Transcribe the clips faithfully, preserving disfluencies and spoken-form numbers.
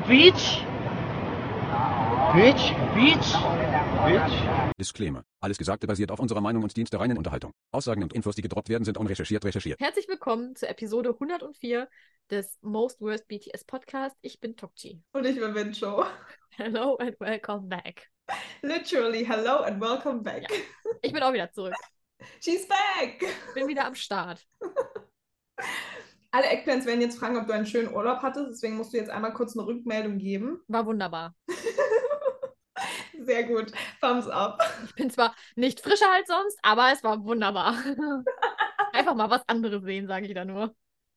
Beach? Bitch? Beach? Bitch? Disclaimer. Alles Gesagte basiert auf unserer Meinung und dient der reinen Unterhaltung. Aussagen und Infos, die gedroppt werden, sind unrecherchiert recherchiert. Herzlich willkommen zur Episode hundertvier des Most Worst B T S Podcast. Ich bin Tokchi. Und ich bin Vincho. Hello and welcome back. Literally, hello and welcome back. Ja. Ich bin auch wieder zurück. She's back! Ich bin wieder am Start. Alle Eggplants werden jetzt fragen, ob du einen schönen Urlaub hattest, deswegen musst du jetzt einmal kurz eine Rückmeldung geben. War wunderbar. Sehr gut. Thumbs up. Ich bin zwar nicht frischer als sonst, aber es war wunderbar. Einfach mal was anderes sehen, sage ich da nur.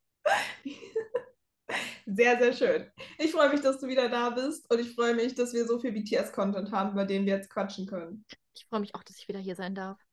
Sehr, sehr schön. Ich freue mich, dass du wieder da bist und ich freue mich, dass wir so viel B T S-Content haben, über den wir jetzt quatschen können. Ich freue mich auch, dass ich wieder hier sein darf.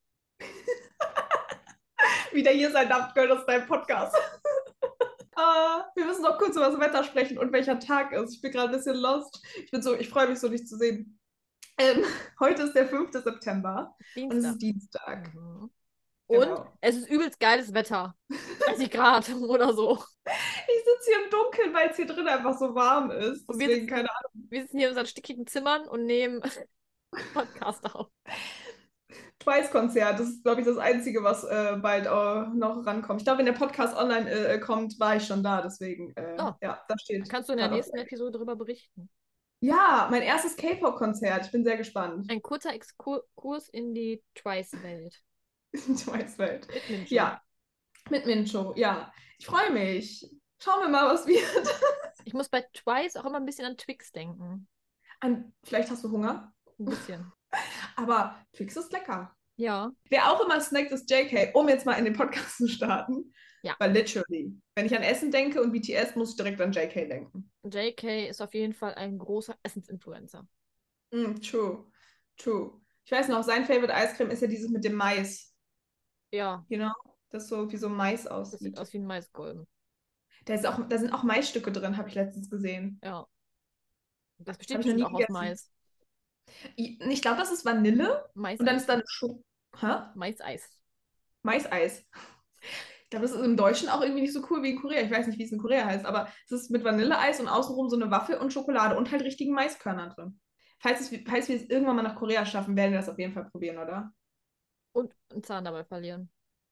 Wieder hier sein darf, Girl, das ist dein Podcast. uh, wir müssen noch kurz über das Wetter sprechen und welcher Tag ist. Ich bin gerade ein bisschen lost. Ich bin so, ich freue mich so, dich zu sehen. Ähm, heute ist der fünfte September Dienstag. und es ist Dienstag. Mhm. Genau. Und es ist übelst geiles Wetter. dreißig Grad oder so. Ich sitze hier im Dunkeln, weil es hier drin einfach so warm ist. Und wir Deswegen, sitzen, keine Ahnung. wir sitzen hier in unseren stickigen Zimmern und nehmen Podcast auf. Twice-Konzert, das ist, glaube ich, das Einzige, was äh, bald äh, noch rankommt. Ich glaube, wenn der Podcast online äh, kommt, war ich schon da, deswegen, äh, Oh. ja, da steht. Dann kannst du in der gerade nächsten auf- Episode darüber berichten. Ja, mein erstes K-Pop-Konzert, ich bin sehr gespannt. Ein kurzer Exkurs in die Twice-Welt. Twice-Welt. Mit Mincho. Ja, mit Mincho, ja. Ich freue mich. Schauen wir mal, was wird. Ich muss bei Twice auch immer ein bisschen an Twix denken. An, vielleicht hast du Hunger, Ein bisschen. aber Twix ist lecker. Ja. Wer auch immer snackt, ist J K, um jetzt mal in den Podcast zu starten. Ja. Weil literally, wenn ich an Essen denke und B T S, muss ich direkt an J K denken. J K ist auf jeden Fall ein großer Essensinfluencer. Mm, true, true. Ich weiß noch, sein Favorite Eiscreme ist ja dieses mit dem Mais. Ja, You know? Das so wie so Mais das sieht aussieht. aus wie ein Maiskolben. Da, ist auch, da sind auch Maisstücke drin, habe ich letztens gesehen. Ja. Das Hab besteht ich noch nie bestimmt auch aus gegessen. Mais. Ich, ich glaube, das ist Vanille Mais und dann ist da eine Scho Hä? Mais-Eis. Maiseis. Ich glaube, das ist im Deutschen auch irgendwie nicht so cool wie in Korea. Ich weiß nicht, wie es in Korea heißt, aber es ist mit Vanilleeis und außenrum so eine Waffel und Schokolade und halt richtigen Maiskörner drin. Falls, es, falls wir es irgendwann mal nach Korea schaffen, werden wir das auf jeden Fall probieren, oder? Und einen Zahn dabei verlieren.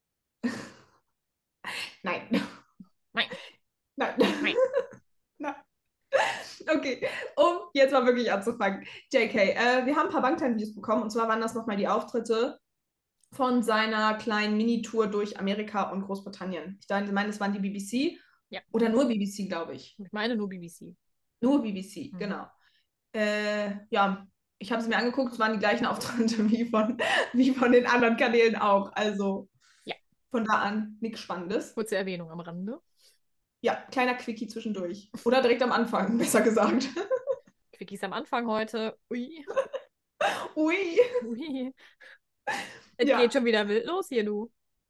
Nein. Nein. Nein. Nein. Nein. Okay, um jetzt mal wirklich anzufangen. J K, äh, wir haben ein paar Bangtan-Videos bekommen und zwar waren das nochmal die Auftritte von seiner kleinen Mini-Tour durch Amerika und Großbritannien. Ich meine, das waren die B B C Ja. oder nur B B C, glaube ich. Ich meine nur B B C. Nur B B C, Mhm. genau. Äh, ja, ich habe es mir angeguckt, es waren die gleichen Auftritte wie von, wie von den anderen Kanälen auch. Also Ja. von da an nichts Spannendes. Kurze Erwähnung am Rande. Ja, kleiner Quickie zwischendurch. Oder direkt am Anfang, besser gesagt. Quickies am Anfang heute. Ui. Ui. Ui. Es Ja. geht schon wieder wild los hier, du.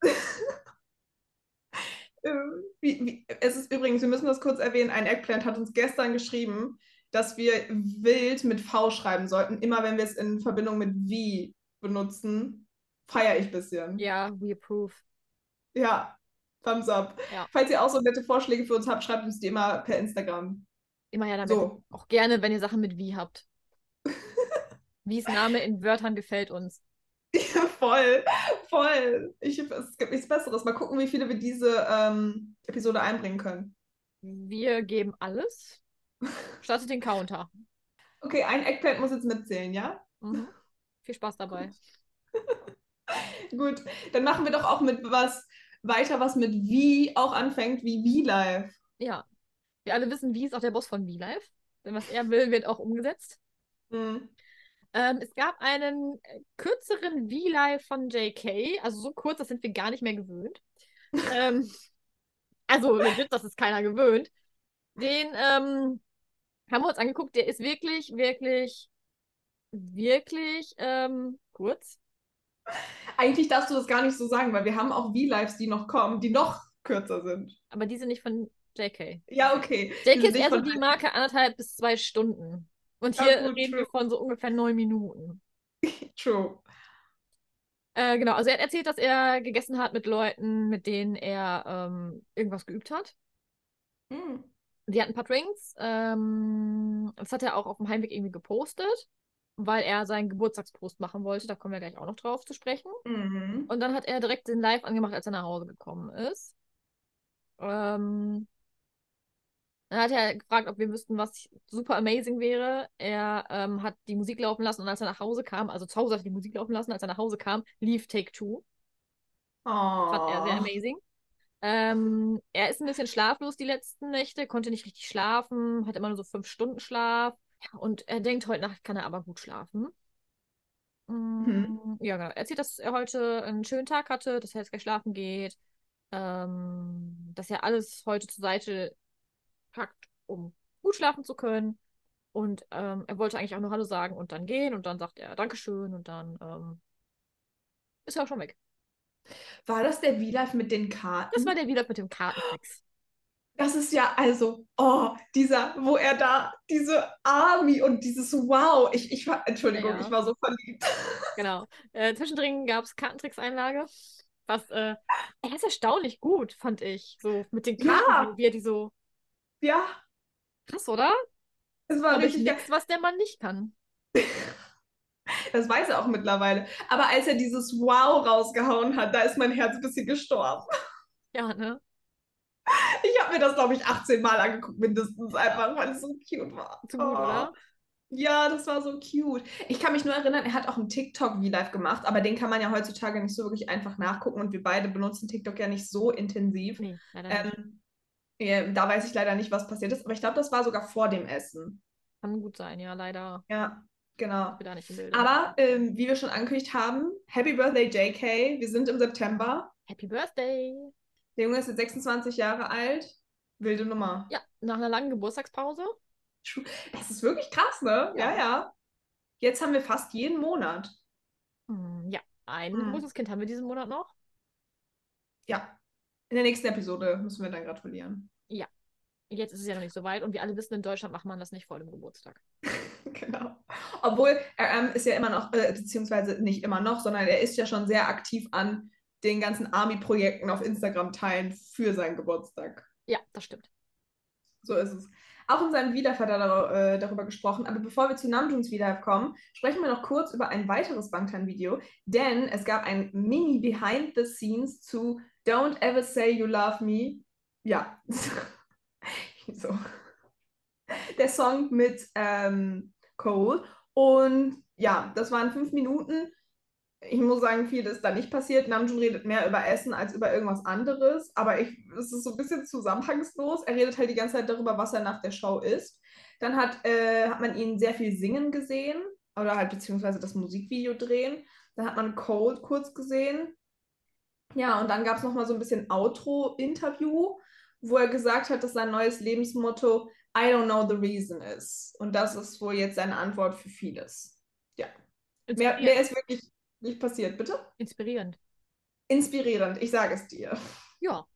Äh, wie, wie, es ist übrigens, wir müssen das kurz erwähnen, ein Eggplant hat uns gestern geschrieben, dass wir wild mit V schreiben sollten. Immer wenn wir es in Verbindung mit wie benutzen, feiere ich ein bisschen. Ja, we approve. Ja, Thumbs up. Ja. Falls ihr auch so nette Vorschläge für uns habt, schreibt uns die immer per Instagram. Immer ja damit. So. Auch gerne, wenn ihr Sachen mit wie habt. Wies Name in Wörtern gefällt uns. Ja, voll, voll. Ich, es gibt nichts Besseres. Mal gucken, wie viele wir diese ähm, Episode einbringen können. Wir geben alles. Startet den Counter. Okay, ein Eggplant muss jetzt mitzählen, ja? Mhm. Viel Spaß dabei. Gut, dann machen wir doch auch mit was weiter, was mit wie auch anfängt, wie V-Live. Ja. Wir alle wissen, wie ist auch der Boss von V-Live. Denn was er will, wird auch umgesetzt. Hm. Ähm, es gab einen äh, kürzeren V-Live von J K. Also so kurz, das sind wir gar nicht mehr gewöhnt. ähm, also legit, das ist keiner gewöhnt. Den ähm, haben wir uns angeguckt. Der ist wirklich, wirklich, wirklich ähm, kurz. Eigentlich darfst du das gar nicht so sagen, weil wir haben auch V-Lives, die noch kommen, die noch kürzer sind. Aber die sind nicht von J K. Ja, okay. J Die K sind ist nicht eher so von- die Marke anderthalb bis zwei Stunden. Und Ja, hier gut, reden true. wir von so ungefähr neun Minuten. True. Äh, genau, also er hat erzählt, dass er gegessen hat mit Leuten, mit denen er ähm, irgendwas geübt hat. Hm. sie hatten ein paar Drinks. Ähm, das hat er auch auf dem Heimweg irgendwie gepostet, weil er seinen Geburtstagspost machen wollte. Da kommen wir gleich auch noch drauf zu sprechen. Mhm. Und dann hat er direkt den Live angemacht, als er nach Hause gekommen ist. Ähm, Dann hat er gefragt, ob wir wüssten, was super amazing wäre. Er ähm, hat die Musik laufen lassen und als er nach Hause kam, also zu Hause hat er die Musik laufen lassen, als er nach Hause kam, lief Take Two. Fand er sehr Oh. amazing. Ähm, er ist ein bisschen schlaflos die letzten Nächte, konnte nicht richtig schlafen, hat immer nur so fünf Stunden Schlaf. Ja, und er denkt, heute Nacht kann er aber gut schlafen. Mhm. Mm, ja, genau. Er erzählt, dass er heute einen schönen Tag hatte, dass er jetzt gleich schlafen geht, ähm, dass er alles heute zur Seite packt, um gut schlafen zu können. Und ähm, er wollte eigentlich auch nur Hallo sagen und dann gehen und dann sagt er Dankeschön und dann ähm, ist er auch schon weg. War das der V-Live mit den Das war Karten? der wieder mit dem Kartentricks. Das ist ja also, oh, dieser, wo er da, diese Army und dieses Wow. Ich, ich war, Entschuldigung, ich Ja, war so verliebt. genau. Äh, zwischendrin gab es Kartentricks-Einlage. Was, äh, er ist erstaunlich gut, fand ich. So mit den Karten, Ja, wie, wie er die so. ja, Krass, oder? es war Glaube ich richtig geil. nichts, was der Mann nicht kann. Das weiß er auch mittlerweile. Aber als er dieses Wow rausgehauen hat, da ist mein Herz ein bisschen gestorben. Ja, ne? Ich habe mir das, glaube ich, achtzehn Mal angeguckt, mindestens Ja. einfach, weil es so cute war. Zu gut, Oh. oder? Ja, das war so cute. Ich kann mich nur erinnern, er hat auch einen TikTok V-Live gemacht, aber den kann man ja heutzutage nicht so wirklich einfach nachgucken und wir beide benutzen TikTok ja nicht so intensiv. Nee, leider nicht. Ähm, ja, da weiß ich leider nicht, was passiert ist, aber ich glaube, das war sogar vor dem Essen. Kann gut sein, ja, leider. Ja, Ich genau. bin da nicht im Bilde. Aber ähm, wie wir schon angekündigt haben, Happy Birthday J K. Wir sind im September. Happy Birthday! Der Junge ist jetzt sechsundzwanzig Jahre alt. Wilde Nummer. Ja, nach einer langen Geburtstagspause. Das ist wirklich krass, ne? Ja, Ja. ja. Jetzt haben wir fast jeden Monat. Hm, ja, ein Hm. großes Kind haben wir diesen Monat noch. Ja. In der nächsten Episode müssen wir dann gratulieren. Ja, jetzt ist es ja noch nicht so weit und wir alle wissen, in Deutschland macht man das nicht vor dem Geburtstag. Genau. Obwohl R M ist ja immer noch, äh, beziehungsweise nicht immer noch, sondern er ist ja schon sehr aktiv an den ganzen Army-Projekten auf Instagram teilen für seinen Geburtstag. Ja, das stimmt. So ist es. Auch in seinem Wiederf hat er dar äh, darüber gesprochen. Aber bevor wir zu Namjoons Wiederf kommen, sprechen wir noch kurz über ein weiteres Bangtan-Video. Denn es gab ein Mini-Behind the Scenes zu Don't Ever Say You Love Me. Ja. So. Der Song mit ähm, Cole. Und ja, das waren fünf Minuten. Ich muss sagen, viel ist da nicht passiert. Namjoon redet mehr über Essen als über irgendwas anderes. Aber ich, es ist so ein bisschen zusammenhangslos. Er redet halt die ganze Zeit darüber, was er nach der Show isst. Dann hat, äh, hat man ihn sehr viel singen gesehen. Oder halt beziehungsweise das Musikvideo drehen. Dann hat man Cole kurz gesehen. Ja, und dann gab es nochmal so ein bisschen Outro-Interview, wo er gesagt hat, dass sein neues Lebensmotto I don't know the reason ist. Und das ist wohl jetzt seine Antwort für vieles. Ja. Mehr, Inspirierend. mehr ist wirklich nicht passiert, bitte? Inspirierend. Inspirierend, ich sage es dir. Ja.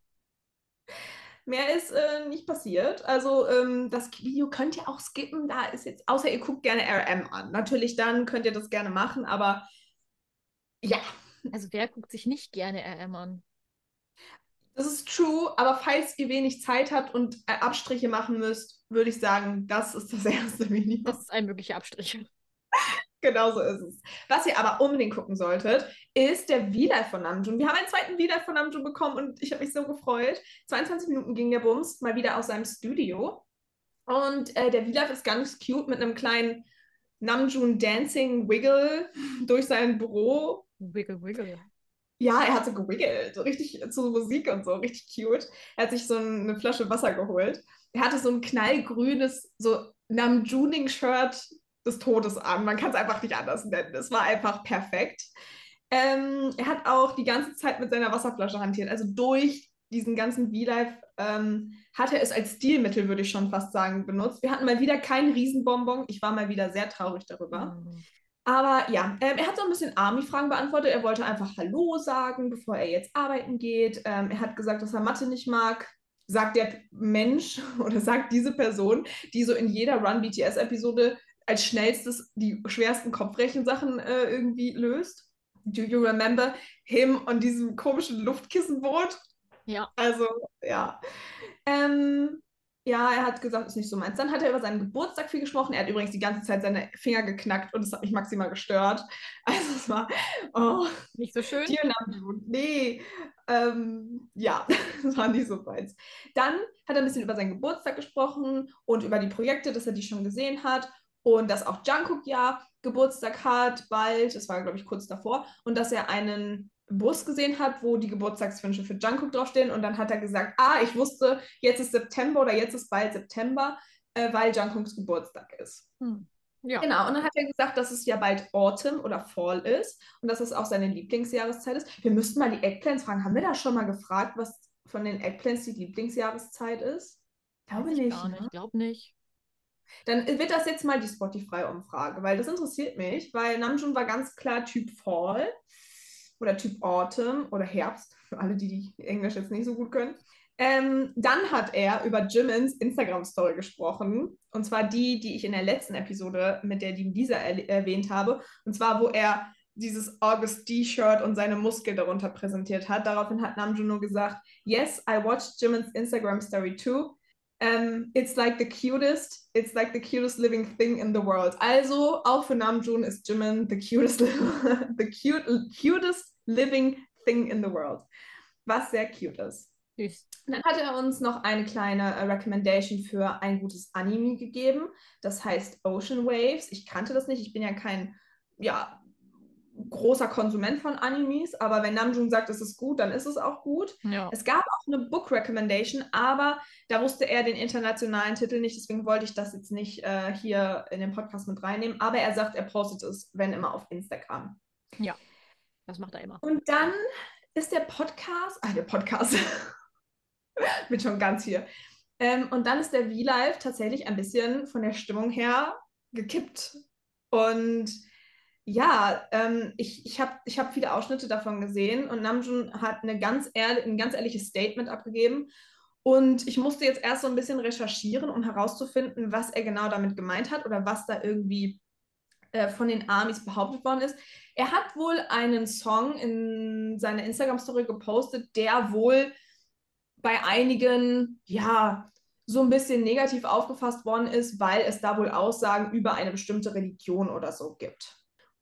Mehr ist äh, nicht passiert. Also ähm, das Video könnt ihr auch skippen. Da ist jetzt, außer ihr guckt gerne R M an. Natürlich dann könnt ihr das gerne machen, aber ja. Also wer guckt sich nicht gerne R M an? Das ist true, aber falls ihr wenig Zeit habt und äh, Abstriche machen müsst, würde ich sagen, das ist das erste Video. Das ist ein möglicher Abstrich. Genau so ist es. Was ihr aber unbedingt gucken solltet, ist der V-Live von Namjoon. Wir haben einen zweiten V-Live von Namjoon bekommen und ich habe mich so gefreut. zweiundzwanzig Minuten ging der Bums, mal wieder aus seinem Studio. Und äh, der V-Live ist ganz cute mit einem kleinen Namjoon Dancing Wiggle durch sein Büro. Wiggle, wiggle. Ja, er hat so gewiggelt, so richtig zur Musik und so, richtig cute. Er hat sich so eine Flasche Wasser geholt. Er hatte so ein knallgrünes, so Namjooning-Shirt des Todes an. Man kann es einfach nicht anders nennen. Es war einfach perfekt. Ähm, er hat auch die ganze Zeit mit seiner Wasserflasche hantiert. Also durch diesen ganzen V-Live ähm, hat er es als Stilmittel, würde ich schon fast sagen, benutzt. Wir hatten mal wieder keinen Riesenbonbon. Ich war mal wieder sehr traurig darüber. Hm. Aber ja, ähm, er hat so ein bisschen Army-Fragen beantwortet. Er wollte einfach Hallo sagen, bevor er jetzt arbeiten geht. Ähm, er hat gesagt, dass er Mathe nicht mag. Sagt der Mensch oder sagt diese Person, die so in jeder Run-B T S-Episode als schnellstes die schwersten Kopfrechensachen äh, irgendwie löst. Do you remember him on diesem komischen Luftkissenboot? Ja. Also, ja. Ähm, ja, er hat gesagt, ist nicht so meins. Dann hat er über seinen Geburtstag viel gesprochen. Er hat übrigens die ganze Zeit seine Finger geknackt und es hat mich maximal gestört. Also es war, oh, Nicht so schön. Dear Namjoon, nee. Ähm, ja, das war nicht so meins. Dann hat er ein bisschen über seinen Geburtstag gesprochen und über die Projekte, dass er die schon gesehen hat und dass auch Jungkook ja Geburtstag hat bald. Das war, glaube ich, kurz davor. Und dass er einen Bus gesehen hat, wo die Geburtstagswünsche für Jungkook draufstehen und dann hat er gesagt, ah, ich wusste, jetzt ist September oder jetzt ist bald September, äh, weil Jungkooks Geburtstag ist. Hm. Ja. Genau, und dann hat er gesagt, dass es ja bald Autumn oder Fall ist und dass es auch seine Lieblingsjahreszeit ist. Wir müssten mal die Eggplants fragen. Haben wir da schon mal gefragt, was von den Eggplants die Lieblingsjahreszeit ist? Ich glaube Weiß ich nicht. gar nicht. Ne? Ich glaube nicht. Dann wird das jetzt mal die Spotify-Umfrage, weil das interessiert mich, weil Namjoon war ganz klar Typ Fall oder Typ Autumn oder Herbst, für alle, die, die Englisch jetzt nicht so gut können. Ähm, dann hat er über Jimins Instagram-Story gesprochen, und zwar die, die ich in der letzten Episode mit der Team Lisa er erwähnt habe, und zwar, wo er dieses August-D-Shirt und seine Muskeln darunter präsentiert hat. Daraufhin hat Namjoon nur gesagt, yes, I watched Jimins Instagram-Story too. Um, it's like the cutest, it's like the cutest living thing in the world. Also, auch für Namjoon ist Jimin the cutest, the cute, cutest living thing in the world. Was sehr cute ist. Süß. Dann hat er uns noch eine kleine äh, Recommendation für ein gutes Anime gegeben. Das heißt Ocean Waves. Ich kannte das nicht. Ich bin ja kein, ja, großer Konsument von Animes, aber wenn Namjoon sagt, es ist gut, dann ist es auch gut. Ja. Es gab auch eine Book Recommendation, aber da wusste er den internationalen Titel nicht, deswegen wollte ich das jetzt nicht äh, hier in den Podcast mit reinnehmen, aber er sagt, er postet es, wenn immer, auf Instagram. Ja, das macht er immer. Und dann ist der Podcast, ah, der Podcast, bin schon ganz hier, ähm, und dann ist der V-Live tatsächlich ein bisschen von der Stimmung her gekippt. Und ja, ähm, ich, ich habe ich hab viele Ausschnitte davon gesehen und Namjoon hat eine ganz ehrlich, ein ganz ehrliches Statement abgegeben und ich musste jetzt erst so ein bisschen recherchieren, um herauszufinden, was er genau damit gemeint hat oder was da irgendwie äh, von den Armies behauptet worden ist. Er hat wohl einen Song in seiner Instagram-Story gepostet, der wohl bei einigen, ja, so ein bisschen negativ aufgefasst worden ist, weil es da wohl Aussagen über eine bestimmte Religion oder so gibt.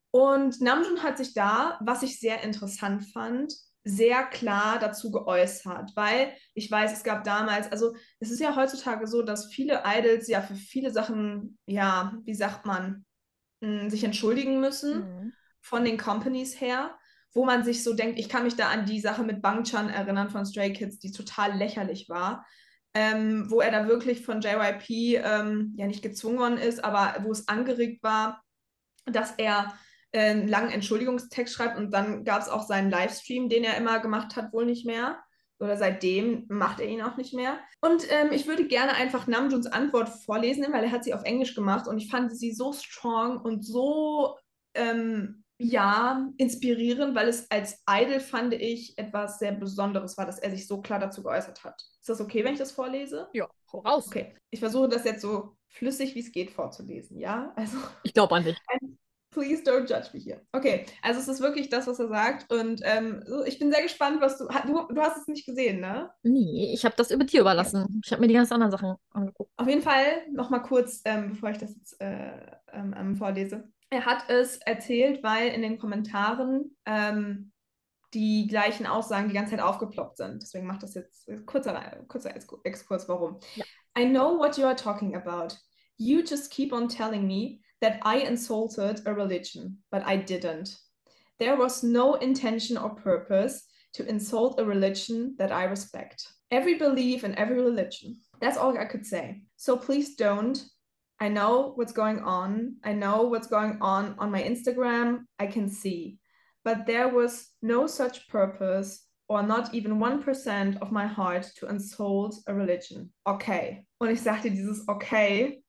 Und Namjoon hat sich da, was ich sehr interessant fand, sehr klar dazu geäußert, weil ich weiß, es gab damals, also es ist ja heutzutage so, dass viele Idols ja für viele Sachen, ja, wie sagt man, mh, sich entschuldigen müssen Mhm. von den Companies her, wo man sich so denkt, ich kann mich da an die Sache mit Bangchan erinnern von Stray Kids, die total lächerlich war, ähm, wo er da wirklich von J Y P ähm, ja nicht gezwungen worden ist, aber wo es angeregt war, dass er einen langen Entschuldigungstext schreibt und dann gab es auch seinen Livestream, den er immer gemacht hat, wohl nicht mehr. Oder seitdem macht er ihn auch nicht mehr. Und ähm, ich würde gerne einfach Namjoons Antwort vorlesen, weil er hat sie auf Englisch gemacht und ich fand sie so strong und so, ähm, ja, inspirierend, weil es als Idol, fand ich, etwas sehr Besonderes war, dass er sich so klar dazu geäußert hat. Ist das okay, wenn ich das vorlese? Ja, hau raus. Okay, ich versuche das jetzt so flüssig wie es geht vorzulesen, ja? Also Ich glaube an dich. please don't judge me here. Okay, also es ist wirklich das, was er sagt. Und ähm, ich bin sehr gespannt, was du, du... Du hast es nicht gesehen, ne? Nee, ich habe das über dir überlassen. Ich habe mir die ganz anderen Sachen angeguckt. Auf jeden Fall nochmal kurz, ähm, bevor ich das jetzt äh, ähm, ähm, vorlese. Er hat es erzählt, weil in den Kommentaren ähm, die gleichen Aussagen die ganze Zeit aufgeploppt sind. Deswegen macht das jetzt äh, kurzer, kurzer Exkurs, warum. Ja. I know what you are talking about. You just keep on telling me that I insulted a religion, but I didn't. There was no intention or purpose to insult a religion that I respect. Every belief in every religion. That's all I could say. So please don't. I know what's going on. I know what's going on on my Instagram. I can see. But there was no such purpose or not even one percent of my heart to insult a religion. Okay. Und ich sagte dieses okay.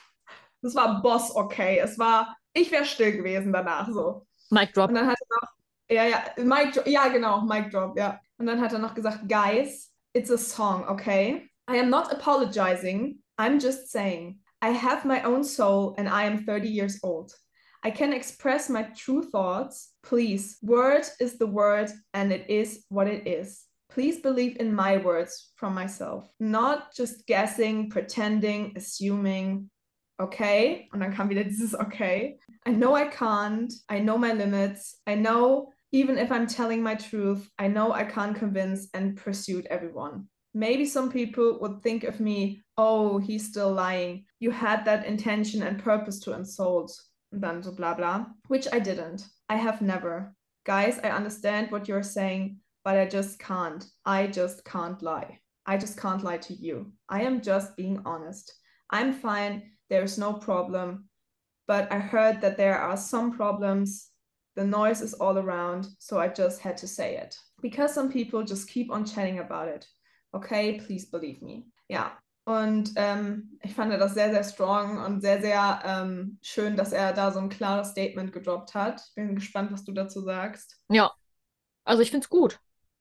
Das war Boss okay. Es war, ich wäre still gewesen danach so. Mic drop. Und dann hat er noch, ja, ja, Mic Drop, ja, genau, Mic Drop, ja. Und dann hat er noch gesagt, guys, it's a song, okay? I am not apologizing. I'm just saying. I have my own soul and I am thirty years old. I can express my true thoughts. Please, word is the word and it is what it is. Please believe in my words from myself. Not just guessing, pretending, assuming. Okay? Und dann kam wieder dieses okay. I know I can't. I know my limits. I know even if I'm telling my truth, I know I can't convince and pursue everyone. Maybe some people would think of me, oh, he's still lying. You had that intention and purpose to insult. Und dann so bla bla. Which I didn't. I have never. Guys, I understand what you're saying, but I just can't. I just can't lie. I just can't lie to you. I am just being honest. I'm fine. There's no problem. But I heard that there are some problems. The noise is all around, so I just had to say it. Because some people just keep on chatting about it. Okay, please believe me. Ja, und ähm, ich fand das sehr, sehr strong und sehr, sehr ähm, schön, dass er da so ein klares Statement gedroppt hat. Ich bin gespannt, was du dazu sagst. Ja, also ich finde es gut.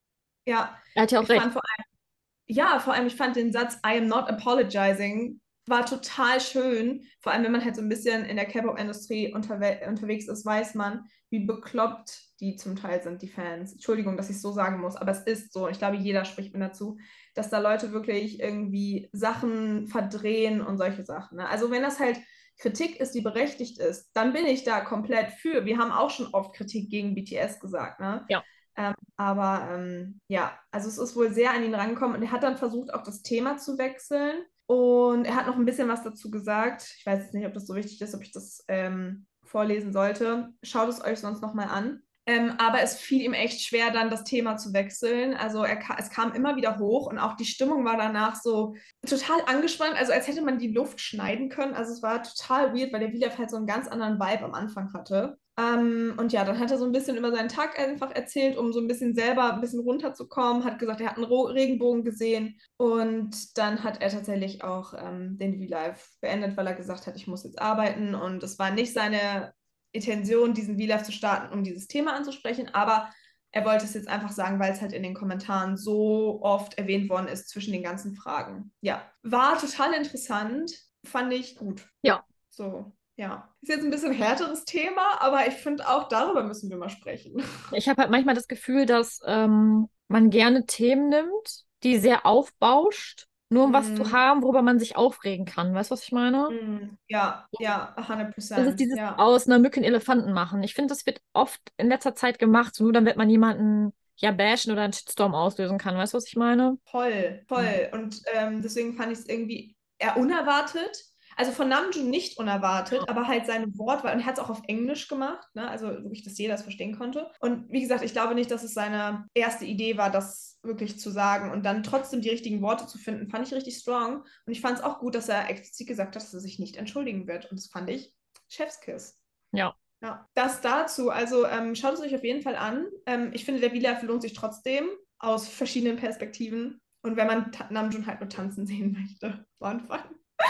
Ja, Er hat ja auch ich recht. fand vor allem, ja, vor allem, ich fand den Satz I am not apologizing war total schön. Vor allem, wenn man halt so ein bisschen in der K-Pop-Industrie unterwe unterwegs ist, weiß man, wie bekloppt die zum Teil sind, die Fans. Entschuldigung, dass ich es so sagen muss, aber es ist so. Ich glaube, jeder spricht mir dazu, dass da Leute wirklich irgendwie Sachen verdrehen und solche Sachen. Ne? Also wenn das halt Kritik ist, die berechtigt ist, dann bin ich da komplett für. Wir haben auch schon oft Kritik gegen B T S gesagt, ne? Ja. Ähm, aber ähm, ja, also es ist wohl sehr an ihn rangekommen und er hat dann versucht, auch das Thema zu wechseln. Und er hat noch ein bisschen was dazu gesagt. Ich weiß jetzt nicht, ob das so wichtig ist, ob ich das ähm, vorlesen sollte. Schaut es euch sonst nochmal an. Ähm, aber es fiel ihm echt schwer, dann das Thema zu wechseln. Also er ka es kam immer wieder hoch und auch die Stimmung war danach so total angespannt, also als hätte man die Luft schneiden können. Also es war total weird, weil der Vilaf halt so einen ganz anderen Vibe am Anfang hatte. Ähm, und ja, dann hat er so ein bisschen über seinen Tag einfach erzählt, um so ein bisschen selber ein bisschen runterzukommen. Hat gesagt, er hat einen Ro Regenbogen gesehen. Und dann hat er tatsächlich auch ähm, den V-Live beendet, weil er gesagt hat, ich muss jetzt arbeiten. Und es war nicht seine Intention, diesen V-Live zu starten, um dieses Thema anzusprechen. Aber er wollte es jetzt einfach sagen, weil es halt in den Kommentaren so oft erwähnt worden ist zwischen den ganzen Fragen. Ja, war total interessant. Fand ich gut. Ja. So. Ja, ist jetzt ein bisschen härteres Thema, aber ich finde auch darüber müssen wir mal sprechen. Ich habe halt manchmal das Gefühl, dass ähm, man gerne Themen nimmt, die sehr aufbauscht, nur um was Mm. zu haben, worüber man sich aufregen kann. Weißt du, was ich meine? Mm, ja, ja, hundert Das ist Prozent. dieses Ja. aus einer Mücke einen Elefanten machen. Ich finde, das wird oft in letzter Zeit gemacht, so nur damit man jemanden ja bashen oder einen Shitstorm auslösen kann. Weißt du, was ich meine? Voll, voll. Und ähm, deswegen fand ich es irgendwie eher unerwartet. Also von Namjoon nicht unerwartet, aber halt seine Wortwahl. Und er hat es auch auf Englisch gemacht, ne? Also wirklich, dass jeder es verstehen konnte. Und wie gesagt, ich glaube nicht, dass es seine erste Idee war, das wirklich zu sagen und dann trotzdem die richtigen Worte zu finden, fand ich richtig strong. Und ich fand es auch gut, dass er explizit gesagt hat, dass er sich nicht entschuldigen wird. Und das fand ich Chefskiss. Ja. Ja, das dazu. Also ähm, schaut es euch auf jeden Fall an. Ähm, ich finde, der V-Live lohnt sich trotzdem aus verschiedenen Perspektiven. Und wenn man Namjoon halt nur tanzen sehen möchte, am Anfang.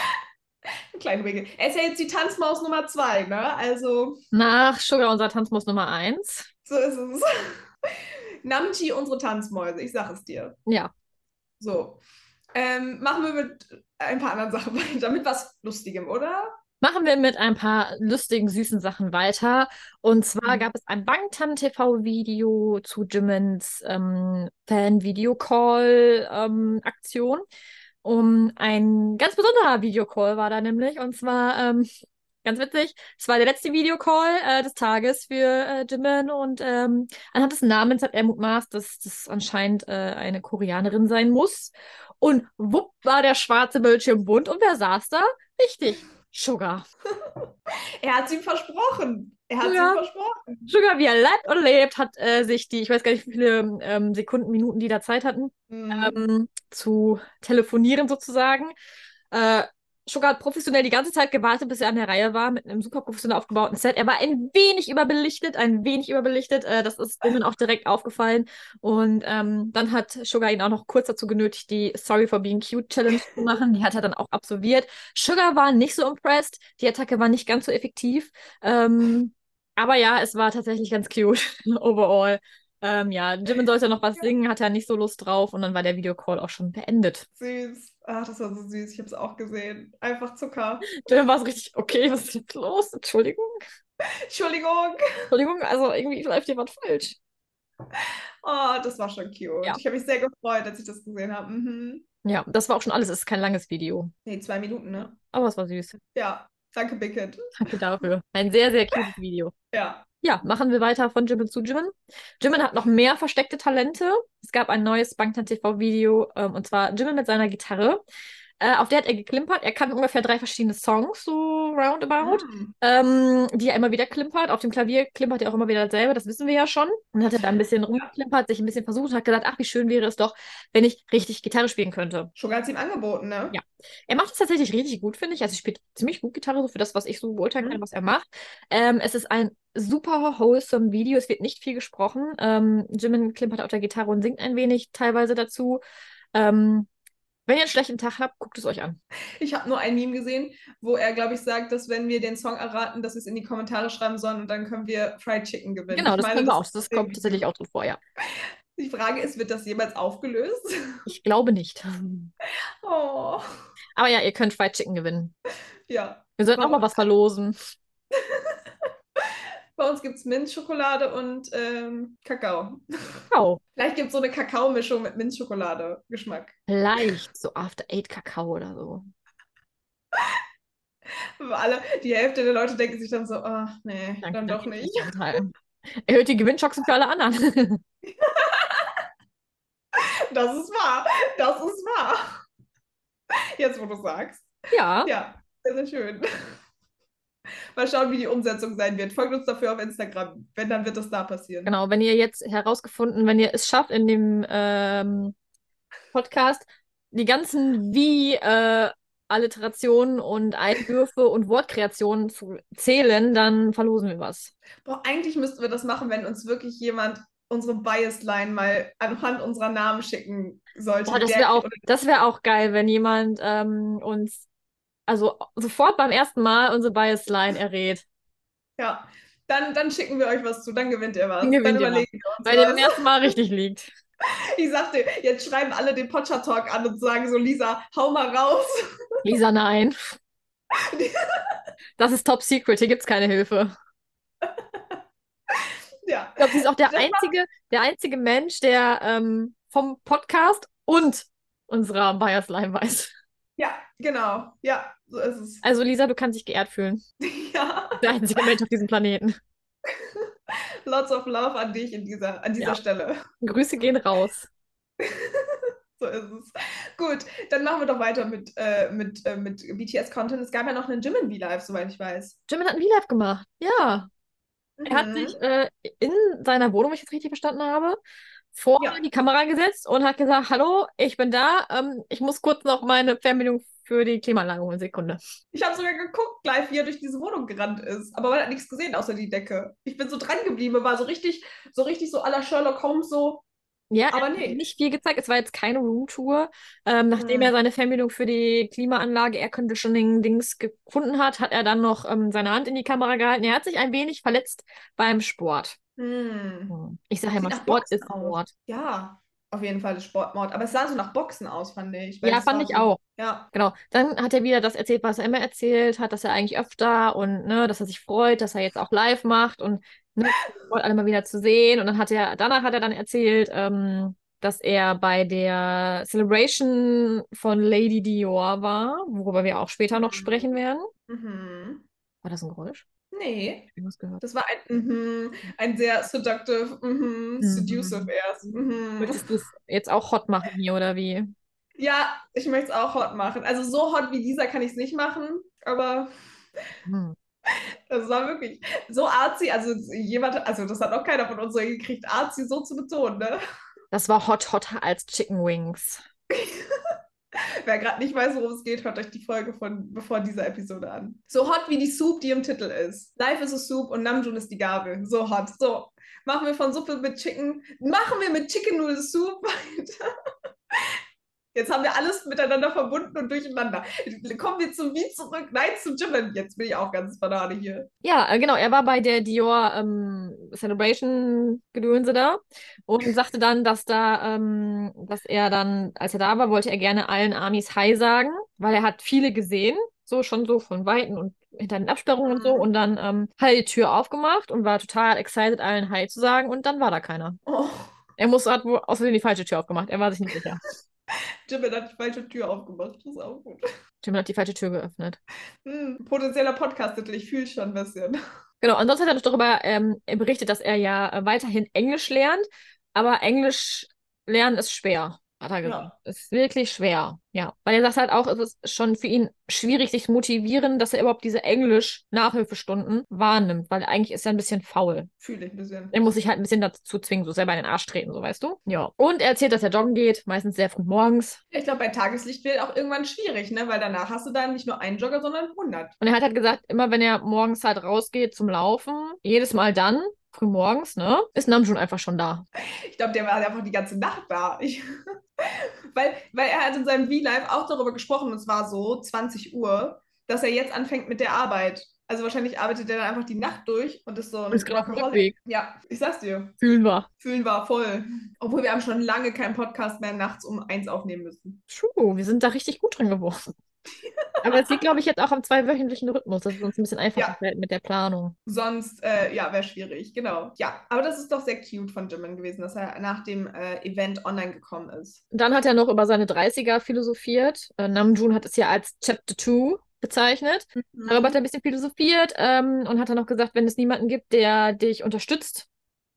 Ein kleiner Wiggle. Er ist ja jetzt die Tanzmaus Nummer zwei, ne? Also. Nach Sugar unser Tanzmus Nummer eins. So ist es. Namji, unsere Tanzmäuse, ich sag es dir. Ja. So. Ähm, machen wir mit ein paar anderen Sachen weiter. Mit was Lustigem, oder? Machen wir mit ein paar lustigen, süßen Sachen weiter. Und zwar Mhm. gab es ein Bangtan-T V-Video zu Jimins ähm, Fan-Video-Call-Aktion. Um ein ganz besonderer Videocall war da nämlich. Und zwar, ähm, ganz witzig, es war der letzte Videocall äh, des Tages für äh, Jimin. Und ähm, anhand des Namens hat er mutmaßt, dass das anscheinend äh, eine Koreanerin sein muss. Und wupp war der schwarze Bildschirm bunt. Und wer saß da? Richtig, Sugar. Er hat es ihm versprochen. Er hat es Ja. ihm versprochen. Sugar, wie er lebt und lebt, hat äh, sich die, ich weiß gar nicht, wie viele ähm, Sekunden, Minuten die da Zeit hatten, Mhm. ähm, zu telefonieren sozusagen. Äh, Sugar hat professionell die ganze Zeit gewartet, bis er an der Reihe war, mit einem super professionell aufgebauten Set. Er war ein wenig überbelichtet, ein wenig überbelichtet. Äh, das ist Jimin auch direkt aufgefallen. Und ähm, dann hat Sugar ihn auch noch kurz dazu genötigt, die Sorry for Being Cute Challenge zu machen. Die hat er dann auch absolviert. Sugar war nicht so impressed. Die Attacke war nicht ganz so effektiv. Ähm, aber ja, es war tatsächlich ganz cute, overall. Ähm, ja, Jimin sollte noch was singen, hatte er nicht so Lust drauf und dann war der Videocall auch schon beendet. Süß. Ach, das war so süß. Ich habe es auch gesehen. Einfach Zucker. Jimin war so richtig, okay, was ist jetzt los? Entschuldigung. Entschuldigung. Entschuldigung, also irgendwie läuft jemand falsch. Oh, das war schon cute. Ja. Ich habe mich sehr gefreut, als ich das gesehen habe. Mhm. Ja, das war auch schon alles. Es ist kein langes Video. Nee, zwei Minuten, ne? Aber es war süß. Ja, danke, Big Kid. Danke dafür. Ein sehr, sehr cutes Video. Ja. Ja, machen wir weiter von Jimin zu Jimin. Jimin hat noch mehr versteckte Talente. Es gab ein neues Bangtan T V-Video, ähm, und zwar Jimin mit seiner Gitarre. Äh, auf der hat er geklimpert. Er kann ungefähr drei verschiedene Songs, so roundabout, Mm. ähm, die er immer wieder klimpert. Auf dem Klavier klimpert er auch immer wieder dasselbe, das wissen wir ja schon. Und hat er da ein bisschen rumgeklimpert, sich ein bisschen versucht und hat gesagt, ach, wie schön wäre es doch, wenn ich richtig Gitarre spielen könnte. Sugar hat es ihm angeboten, ne? Ja. Er macht es tatsächlich richtig gut, finde ich. Also, er spielt ziemlich gut Gitarre, so für das, was ich so beurteilen kann, Mhm. was er macht. Ähm, es ist ein super wholesome Video. Es wird nicht viel gesprochen. Ähm, Jimin klimpert auf der Gitarre und singt ein wenig teilweise dazu. Ähm, wenn ihr einen schlechten Tag habt, guckt es euch an. Ich habe nur ein Meme gesehen, wo er, glaube ich, sagt, dass wenn wir den Song erraten, dass wir es in die Kommentare schreiben sollen und dann können wir Fried Chicken gewinnen. Genau, Ich das meine, können wir das auch. ist Das kommt tatsächlich auch drin vor, ja. Die Frage ist, wird das jemals aufgelöst? Ich glaube nicht. Oh, Aber ja, ihr könnt Fried Chicken gewinnen. ja. Wir sollten auch Bei, mal was verlosen. bei uns gibt es Minzschokolade und ähm, Kakao. Kakao. Vielleicht gibt es so eine Kakaomischung mit Minzschokolade-Geschmack. Vielleicht so After Eight Kakao oder so. Aber alle, die Hälfte der Leute denken sich dann so, ach nee, Danke, dann dann doch nehme ich nicht. nicht Anteil. Erhöht die Gewinnchancen für alle anderen. Das ist wahr. Das ist wahr. Jetzt, wo du sagst. Ja. Ja, sehr, sehr schön. Mal schauen, wie die Umsetzung sein wird. Folgt uns dafür auf Instagram. Wenn, dann wird das da passieren. Genau, wenn ihr jetzt herausgefunden, wenn ihr es schafft, in dem ähm, Podcast die ganzen wie äh, Alliterationen und Einwürfe und Wortkreationen zu zählen, dann verlosen wir was. Boah, eigentlich müssten wir das machen, wenn uns wirklich jemand unsere Bias-Line mal anhand unserer Namen schicken sollte. Boah, das Der wäre auch, oder- das wäre auch geil, wenn jemand ähm, uns, also sofort beim ersten Mal unsere Bias-Line errät. Ja, dann, dann schicken wir euch was zu, dann gewinnt ihr was. Dann gewinnt dann ihr was. überlegen wir uns Weil ihr beim was. ersten Mal richtig liegt. Ich sagte, jetzt schreiben alle den Podscher Talk an und sagen so, Lisa, hau mal raus. Lisa, nein. Das ist top secret, hier gibt es keine Hilfe. Ja, Ich glaube, sie ist auch der Das war- einzige, der einzige Mensch, der ähm, vom Podcast und unserer Bias-Line weiß. ja, genau. Ja, so ist es. Also Lisa, du kannst dich geehrt fühlen. Ja, Der einzige Mensch auf diesem Planeten. lots of love an dich in dieser, an dieser Ja. Stelle. Grüße gehen raus. So ist es. Gut, dann machen wir doch weiter mit, äh, mit, äh, mit B T S-Content. Es gab ja noch einen Jimin V-Live, soweit ich weiß. Jimin hat ein V-Live gemacht. Ja. Er hat Mhm. sich äh, in seiner Wohnung, wenn ich das richtig verstanden habe, vor Ja. die Kamera gesetzt und hat gesagt, hallo, ich bin da. Ähm, ich muss kurz noch meine Fernbedienung für die Klimaanlage holen. Sekunde. Ich habe sogar geguckt, live, wie er durch diese Wohnung gerannt ist. Aber man hat nichts gesehen, außer die Decke. Ich bin so dran geblieben, war so richtig, so richtig so à la Sherlock Holmes, so. Ja, Aber er hat nee. nicht viel gezeigt. Es war jetzt keine Roomtour. Ähm, nachdem Hm. er seine Fernbedienung für die Klimaanlage, Air Conditioning Dings gefunden hat, hat er dann noch ähm, seine Hand in die Kamera gehalten. Er hat sich ein wenig verletzt beim Sport. Hm. Ich sage ja Sieht mal, nach Sport Boxen ist aus. Mord. Ja, auf jeden Fall ist Sportmord. Aber es sah so nach Boxen aus, fand ich. Weil Ja, das fand war ich so, auch. Ja. Genau. Dann hat er wieder das erzählt, was er immer erzählt hat, dass er eigentlich öfter und ne, dass er sich freut, dass er jetzt auch live macht und ne, freut alle mal wieder zu sehen. Und dann hat er, danach hat er dann erzählt, ähm, dass er bei der Celebration von Lady Dior war, worüber wir auch später noch Mhm. sprechen werden. Mhm. War das ein Geräusch? Nee, Ich irgendwas gehört. das war ein, mhm, ein sehr seductive, mhm, Mhm. seductive erst. Mhm. Möchtest du es jetzt auch hot machen hier oder wie? Ja, ich möchte es auch hot machen. Also so hot wie dieser kann ich es nicht machen, aber Hm. das war wirklich so artsy. Also jemand, also das hat auch keiner von uns so hingekriegt, artsy so zu betonen, ne? Das war hot, hotter als Chicken Wings. Wer gerade nicht weiß, worum es geht, hört euch die Folge von bevor dieser Episode an. So hot wie die Soup, die im Titel ist. Life is a Soup und Namjoon ist die Gabel. So hot. So. Machen wir von Suppe mit Chicken. Machen wir mit Chicken Noodle Soup weiter. Jetzt haben wir alles miteinander verbunden und durcheinander. Kommen wir zum Wie zurück. Nein, zum Jimin. Jetzt bin ich auch ganz Banane hier. Ja, äh, genau, er war bei der Dior ähm, Celebration-Gedönse da und sagte dann, dass da, ähm, dass er dann, als er da war, wollte er gerne allen Amis Hi sagen, weil er hat viele gesehen so schon so von Weitem und hinter den Absperrungen und so. Und dann ähm, hat er die Tür aufgemacht und war total excited, allen Hi zu sagen. Und dann war da keiner. Oh, Er muss, hat wohl außerdem die falsche Tür aufgemacht. Er war sich nicht sicher. Jimin hat die falsche Tür aufgemacht. Das ist auch gut. Jim hat die falsche Tür geöffnet. Hm, potenzieller Podcast-Titel, ich fühle schon ein bisschen. Genau, ansonsten hat er noch darüber ähm, berichtet, dass er ja äh, weiterhin Englisch lernt, aber Englisch lernen ist schwer, hat er gesagt. Ja. Es ist wirklich schwer, ja. Weil er sagt halt auch, es ist schon für ihn schwierig, sich zu motivieren, dass er überhaupt diese Englisch-Nachhilfestunden wahrnimmt, weil eigentlich ist er ein bisschen faul. Fühle ich ein bisschen. Er muss sich halt ein bisschen dazu zwingen, so selber in den Arsch treten, so weißt du? Ja. Und er erzählt, dass er joggen geht, meistens sehr früh morgens. Ich glaube, bei Tageslicht wird auch irgendwann schwierig, ne? Weil danach hast du dann nicht nur einen Jogger, sondern hundert. Und er hat halt gesagt, immer wenn er morgens halt rausgeht zum Laufen, jedes Mal dann, früh morgens, ne, ist Namjoon einfach schon da. Ich glaube, der war einfach die ganze Nacht da. Ich, weil, weil er hat in seinem V-Live auch darüber gesprochen, und es war so zwanzig Uhr, dass er jetzt anfängt mit der Arbeit. Also wahrscheinlich arbeitet er dann einfach die Nacht durch und ist so ein Und ist gerade auf dem Workaholic. Rückweg. Ja, ich sag's dir. Fühlen wir. Fühlen war voll. Obwohl wir haben schon lange keinen Podcast mehr nachts um eins aufnehmen müssen. True, wir sind da richtig gut drin geworden. Aber es liegt, glaube ich, jetzt auch am zweiwöchentlichen Rhythmus, dass es uns ein bisschen einfacher Ja. fällt mit der Planung. Sonst, äh, ja, wäre schwierig, genau. Ja, aber das ist doch sehr cute von Jimin gewesen, dass er nach dem äh, Event online gekommen ist. Dann hat er noch über seine dreißiger philosophiert. Äh, Namjoon hat es ja als Chapter zwei bezeichnet. Mhm. Darüber hat er ein bisschen philosophiert ähm, und hat dann noch gesagt, wenn es niemanden gibt, der dich unterstützt,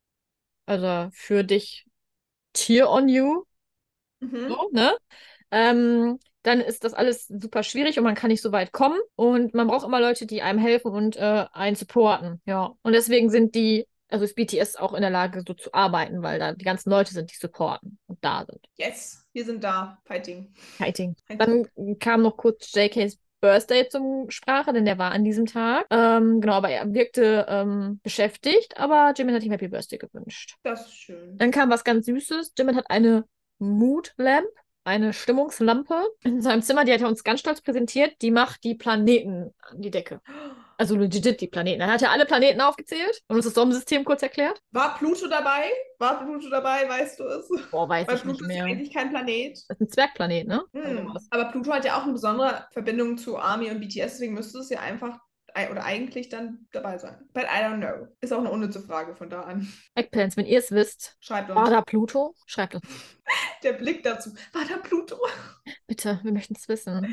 also für dich cheer on you, Mhm. so, ne? Ähm, dann ist das alles super schwierig und man kann nicht so weit kommen. Und man braucht immer Leute, die einem helfen und äh, einen supporten. Ja. Und deswegen sind die, also ist B T S auch in der Lage, so zu arbeiten, weil da die ganzen Leute sind, die supporten und da sind. Yes, wir sind da. Fighting. Fighting. Dann kam noch kurz J Ks Birthday zum Sprache, denn der war an diesem Tag. Ähm, genau, aber er wirkte ähm, beschäftigt, aber Jimin hat ihm Happy Birthday gewünscht. Das ist schön. Dann kam was ganz Süßes. Jimin hat eine Mood Lamp, eine Stimmungslampe in seinem Zimmer, die hat er uns ganz stolz präsentiert. Die macht die Planeten an die Decke. Also legit die Planeten. Er hat ja alle Planeten aufgezählt und uns das Sonnensystem kurz erklärt. War Pluto dabei? War Pluto dabei, weißt du es? Boah, weiß Weil ich Pluto nicht ist mehr. eigentlich kein Planet. Das ist ein Zwergplanet, ne? Oder Hm. was? Aber Pluto hat ja auch eine besondere Verbindung zu ARMY und B T S, deswegen müsste es ja einfach ei- oder eigentlich dann dabei sein. But I don't know. Ist auch eine unnütze Frage von da an. Eggplants, wenn ihr es wisst, Schreibt war uns. da Pluto? Schreibt uns. Der Blick dazu. War da Pluto? Bitte, wir möchten es wissen.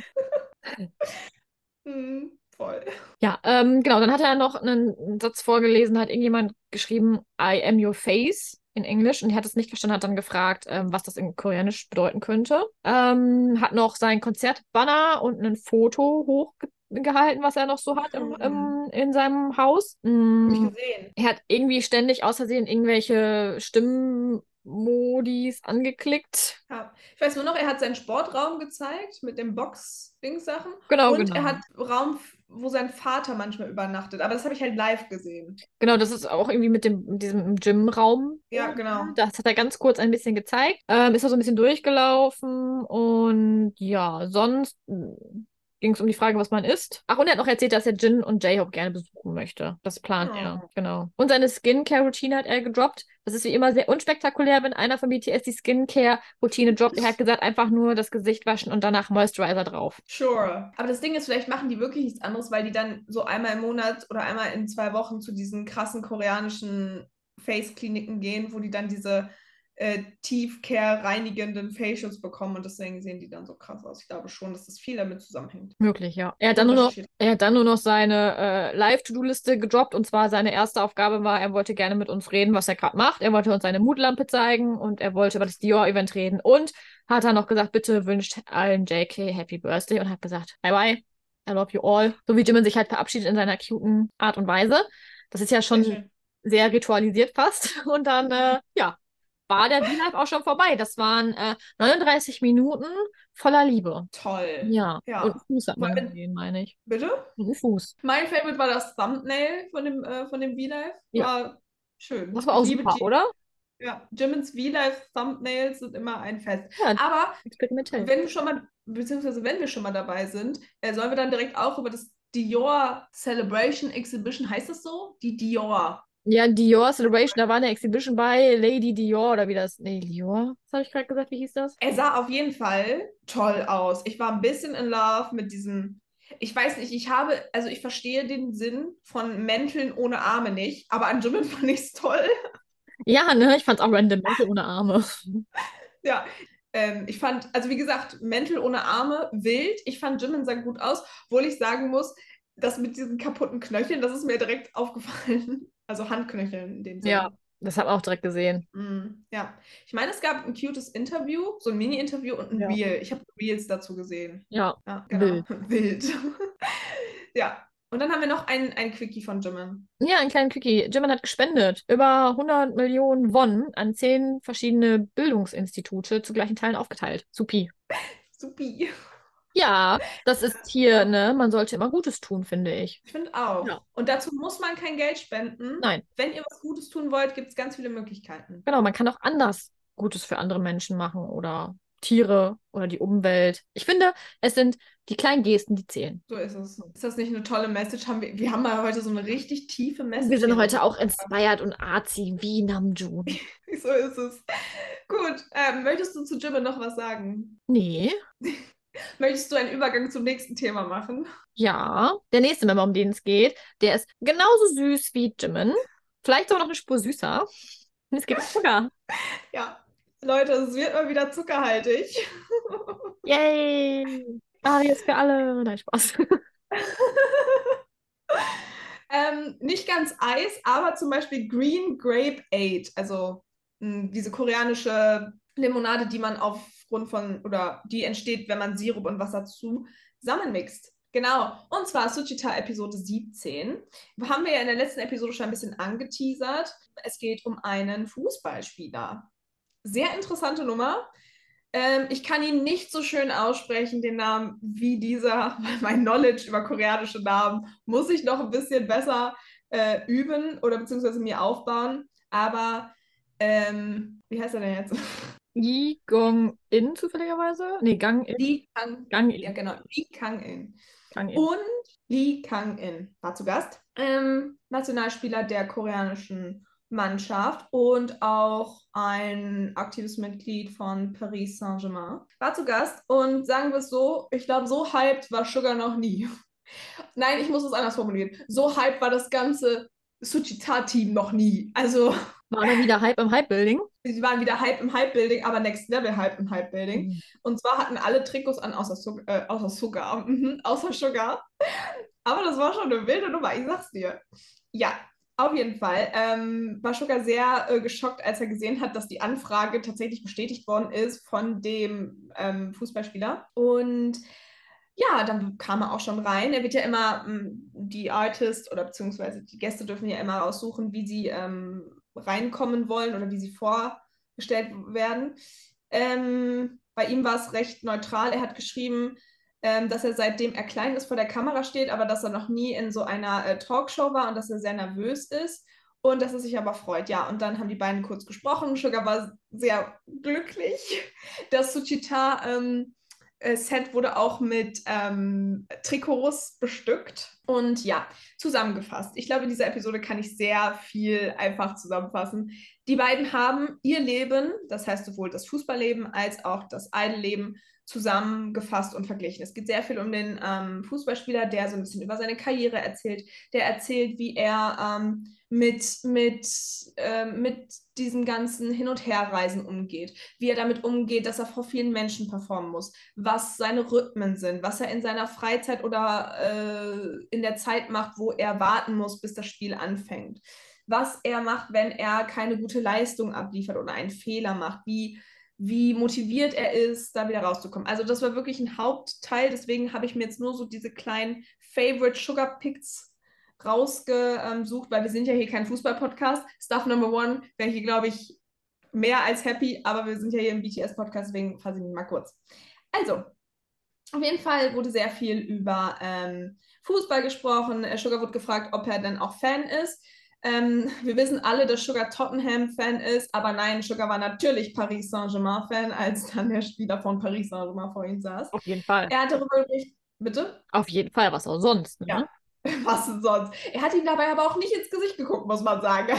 Hm, voll. Ja, ähm, genau, dann hat er noch einen Satz vorgelesen, hat irgendjemand geschrieben, I am your face in Englisch und er hat es nicht verstanden, hat dann gefragt, ähm, was das in Koreanisch bedeuten könnte. Ähm, hat noch sein Konzertbanner und ein Foto hochgehalten, was er noch so hat im, im, in seinem Haus. Hab ich Mm, gesehen. er hat irgendwie ständig aus Versehen irgendwelche Stimmmodis angeklickt. Ja. Ich weiß nur noch, er hat seinen Sportraum gezeigt mit den Box-Dings-Sachen. Genau, Und genau. er hat Raum, wo sein Vater manchmal übernachtet. Aber das habe ich halt live gesehen. Genau, das ist auch irgendwie mit dem mit diesem Gym-Raum. Ja, genau. Das hat er ganz kurz ein bisschen gezeigt. Ähm, ist er so ein bisschen durchgelaufen und ja, sonst ging es um die Frage, was man isst. Ach, und er hat noch erzählt, dass er Jin und J-Hope gerne besuchen möchte. Das plant Oh. er, genau. Und seine Skincare-Routine hat er gedroppt. Das ist wie immer sehr unspektakulär, wenn einer von B T S die Skincare-Routine droppt. Er hat gesagt, einfach nur das Gesicht waschen und danach Moisturizer drauf. Sure. Aber das Ding ist, vielleicht machen die wirklich nichts anderes, weil die dann so einmal im Monat oder einmal in zwei Wochen zu diesen krassen koreanischen Face-Kliniken gehen, wo die dann diese äh, Tiefcare reinigenden Facials bekommen und deswegen sehen die dann so krass aus. Ich glaube schon, dass das viel damit zusammenhängt. Möglich, ja. Er hat dann nur noch, er hat dann nur noch seine äh, Live-To-Do-Liste gedroppt und zwar seine erste Aufgabe war, er wollte gerne mit uns reden, was er gerade macht. Er wollte uns seine Moodlampe zeigen und er wollte über das Dior-Event reden und hat dann noch gesagt, bitte wünscht allen J K Happy Birthday und hat gesagt, bye bye, I love you all. So wie Jimin sich halt verabschiedet in seiner cuten Art und Weise. Das ist ja schon Sehr schön. sehr ritualisiert fast. Und dann, äh, ja, war der V-Live auch schon vorbei. Das waren äh, neununddreißig Minuten voller Liebe. Toll. Ja, Ja. und einen Fuß hat man Weil- gesehen, meine ich. Bitte? Einen Fuß. Mein Favorite war das Thumbnail von dem, äh, von dem V-Live. Ja. War schön. Das war auch Ich liebe super, die- oder? Ja, Jimmins V-Live-Thumbnails sind immer ein Fest. Ja, Aber experimentell. wenn wir schon mal, beziehungsweise wenn wir schon mal dabei sind, äh, sollen wir dann direkt auch über das Dior Celebration Exhibition, heißt das so? Die Dior. Ja, Dior Celebration, da war eine Exhibition bei Lady Dior oder wie das. Nee, Dior? Was habe ich gerade gesagt? Wie hieß das? Er sah auf jeden Fall toll aus. Ich war ein bisschen in love mit diesem, Ich weiß nicht, ich habe, also ich verstehe den Sinn von Mänteln ohne Arme nicht, aber an Jimin fand ich es toll. Ja, ne, ich fand's auch random, Mäntel ohne Arme. Ja, ähm, ich fand, also wie gesagt, Mäntel ohne Arme, wild. Ich fand Jimin sah gut aus, obwohl ich sagen muss, das mit diesen kaputten Knöcheln, das ist mir direkt aufgefallen. Also Handknöcheln in dem Sinne. Ja, das habe ich auch direkt gesehen. Mm, ja, ich meine, es gab ein cutes Interview, so ein Mini-Interview und ein Ja. Reel. Ich habe Reels dazu gesehen. Ja, Ja, genau. wild. Wild. Ja, und dann haben wir noch ein, ein Quickie von Jimin. Ja, einen kleinen Quickie. Jimin hat gespendet. Über hundert Millionen Won an zehn verschiedene Bildungsinstitute zu gleichen Teilen aufgeteilt. Supi. Supi. Ja, das ist hier, ne? Man sollte immer Gutes tun, finde ich. Ich finde auch. Ja. Und dazu muss man kein Geld spenden. Nein, Wenn ihr was Gutes tun wollt, gibt es ganz viele Möglichkeiten. genau, man kann auch anders Gutes für andere Menschen machen oder Tiere oder die Umwelt. Ich finde, es sind die kleinen Gesten, die zählen. So ist es. Ist das nicht eine tolle Message? Haben wir, wir haben mal heute so eine richtig tiefe Message. Wir sind hier heute drin. auch inspired und artsy wie Namjoon. So ist es. Gut, ähm, möchtest du zu Jimin noch was sagen? Nee. Möchtest du einen Übergang zum nächsten Thema machen? Ja, der nächste Member, um den es geht, der ist genauso süß wie Jimin. Vielleicht sogar noch eine Spur süßer. Und es gibt Sugar. Ja, Leute, es wird mal wieder zuckerhaltig. Yay! Ari ist für alle. Nein, Spaß. ähm, nicht ganz Eis, aber zum Beispiel Green Grape Aid, also mh, diese koreanische Limonade, die man aufgrund von, oder die entsteht, wenn man Sirup und Wasser zusammenmixt. Genau, und zwar Suchita Episode siebzehn. Haben wir ja in der letzten Episode schon ein bisschen angeteasert. Es geht um einen Fußballspieler. Sehr interessante Nummer. Ähm, ich kann ihn nicht so schön aussprechen, den Namen, wie dieser, weil mein Knowledge über koreanische Namen muss ich noch ein bisschen besser äh, üben oder beziehungsweise mir aufbauen. Aber, ähm, wie heißt er denn jetzt? Lee Gong-in zufälligerweise? Nee, Gang-in. Lee Kang, Gang-in. ja genau, Lee Kang-in. Gang-in. Und Lee Kang-in war zu Gast. Ähm, Nationalspieler der koreanischen Mannschaft und auch ein aktives Mitglied von Paris Saint-Germain. War zu Gast und sagen wir es so, ich glaube, so hyped war Sugar noch nie. Nein, ich muss es anders formulieren. So hyped war das ganze Suchita-Team noch nie. Also, War da wieder Hype im Hype-Building? sie waren wieder Hype im Hype-Building, aber Next Level Hype im Hype-Building. Mhm. Und zwar hatten alle Trikots an, außer, Su äh, außer Sugar. Mhm, außer Sugar. Aber das war schon eine wilde Nummer, ich sag's dir. Ja, auf jeden Fall ähm, war Sugar sehr äh, geschockt, als er gesehen hat, dass die Anfrage tatsächlich bestätigt worden ist von dem ähm, Fußballspieler. Und ja, dann kam er auch schon rein. Er wird ja immer, mh, die Artist oder beziehungsweise die Gäste dürfen ja immer aussuchen, wie sie ähm, reinkommen wollen oder wie sie vorgestellt werden. Ähm, bei ihm war es recht neutral. Er hat geschrieben, ähm, dass er seitdem er klein ist vor der Kamera steht, aber dass er noch nie in so einer äh, Talkshow war und dass er sehr nervös ist und dass er sich aber freut. Ja, und dann haben die beiden kurz gesprochen. Sugar war sehr glücklich, dass Suchita ähm, Set wurde auch mit ähm, Trikots bestückt. Und ja, zusammengefasst. Ich glaube, in dieser Episode kann ich sehr viel einfach zusammenfassen. Die beiden haben ihr Leben, das heißt sowohl das Fußballleben als auch das Idol-Leben, zusammengefasst und verglichen. Es geht sehr viel um den ähm, Fußballspieler, der so ein bisschen über seine Karriere erzählt, der erzählt, wie er ähm, mit, mit, äh, mit diesem ganzen Hin- und Herreisen umgeht, wie er damit umgeht, dass er vor vielen Menschen performen muss, was seine Rhythmen sind, was er in seiner Freizeit oder äh, in der Zeit macht, wo er warten muss, bis das Spiel anfängt, was er macht, wenn er keine gute Leistung abliefert oder einen Fehler macht, wie wie motiviert er ist, da wieder rauszukommen. Also das war wirklich ein Hauptteil, deswegen habe ich mir jetzt nur so diese kleinen Favorite Sugar Picks rausgesucht, weil wir sind ja hier kein Fußball-Podcast. Stuff Number One wäre hier, glaube ich, mehr als happy, aber wir sind ja hier im B T S-Podcast, deswegen fasse ich mich mal kurz. Also, auf jeden Fall wurde sehr viel über ähm, Fußball gesprochen. Sugar wurde gefragt, ob er denn auch Fan ist. Ähm, wir wissen alle, dass Sugar Tottenham-Fan ist, aber nein, Sugar war natürlich Paris Saint-Germain-Fan, als dann der Spieler von Paris Saint-Germain vor ihm saß. Auf jeden Fall. Er hat darüber berichtet, bitte? Auf jeden Fall, was auch sonst, ne? Ja, was denn sonst? Er hat ihm dabei aber auch nicht ins Gesicht geguckt, muss man sagen.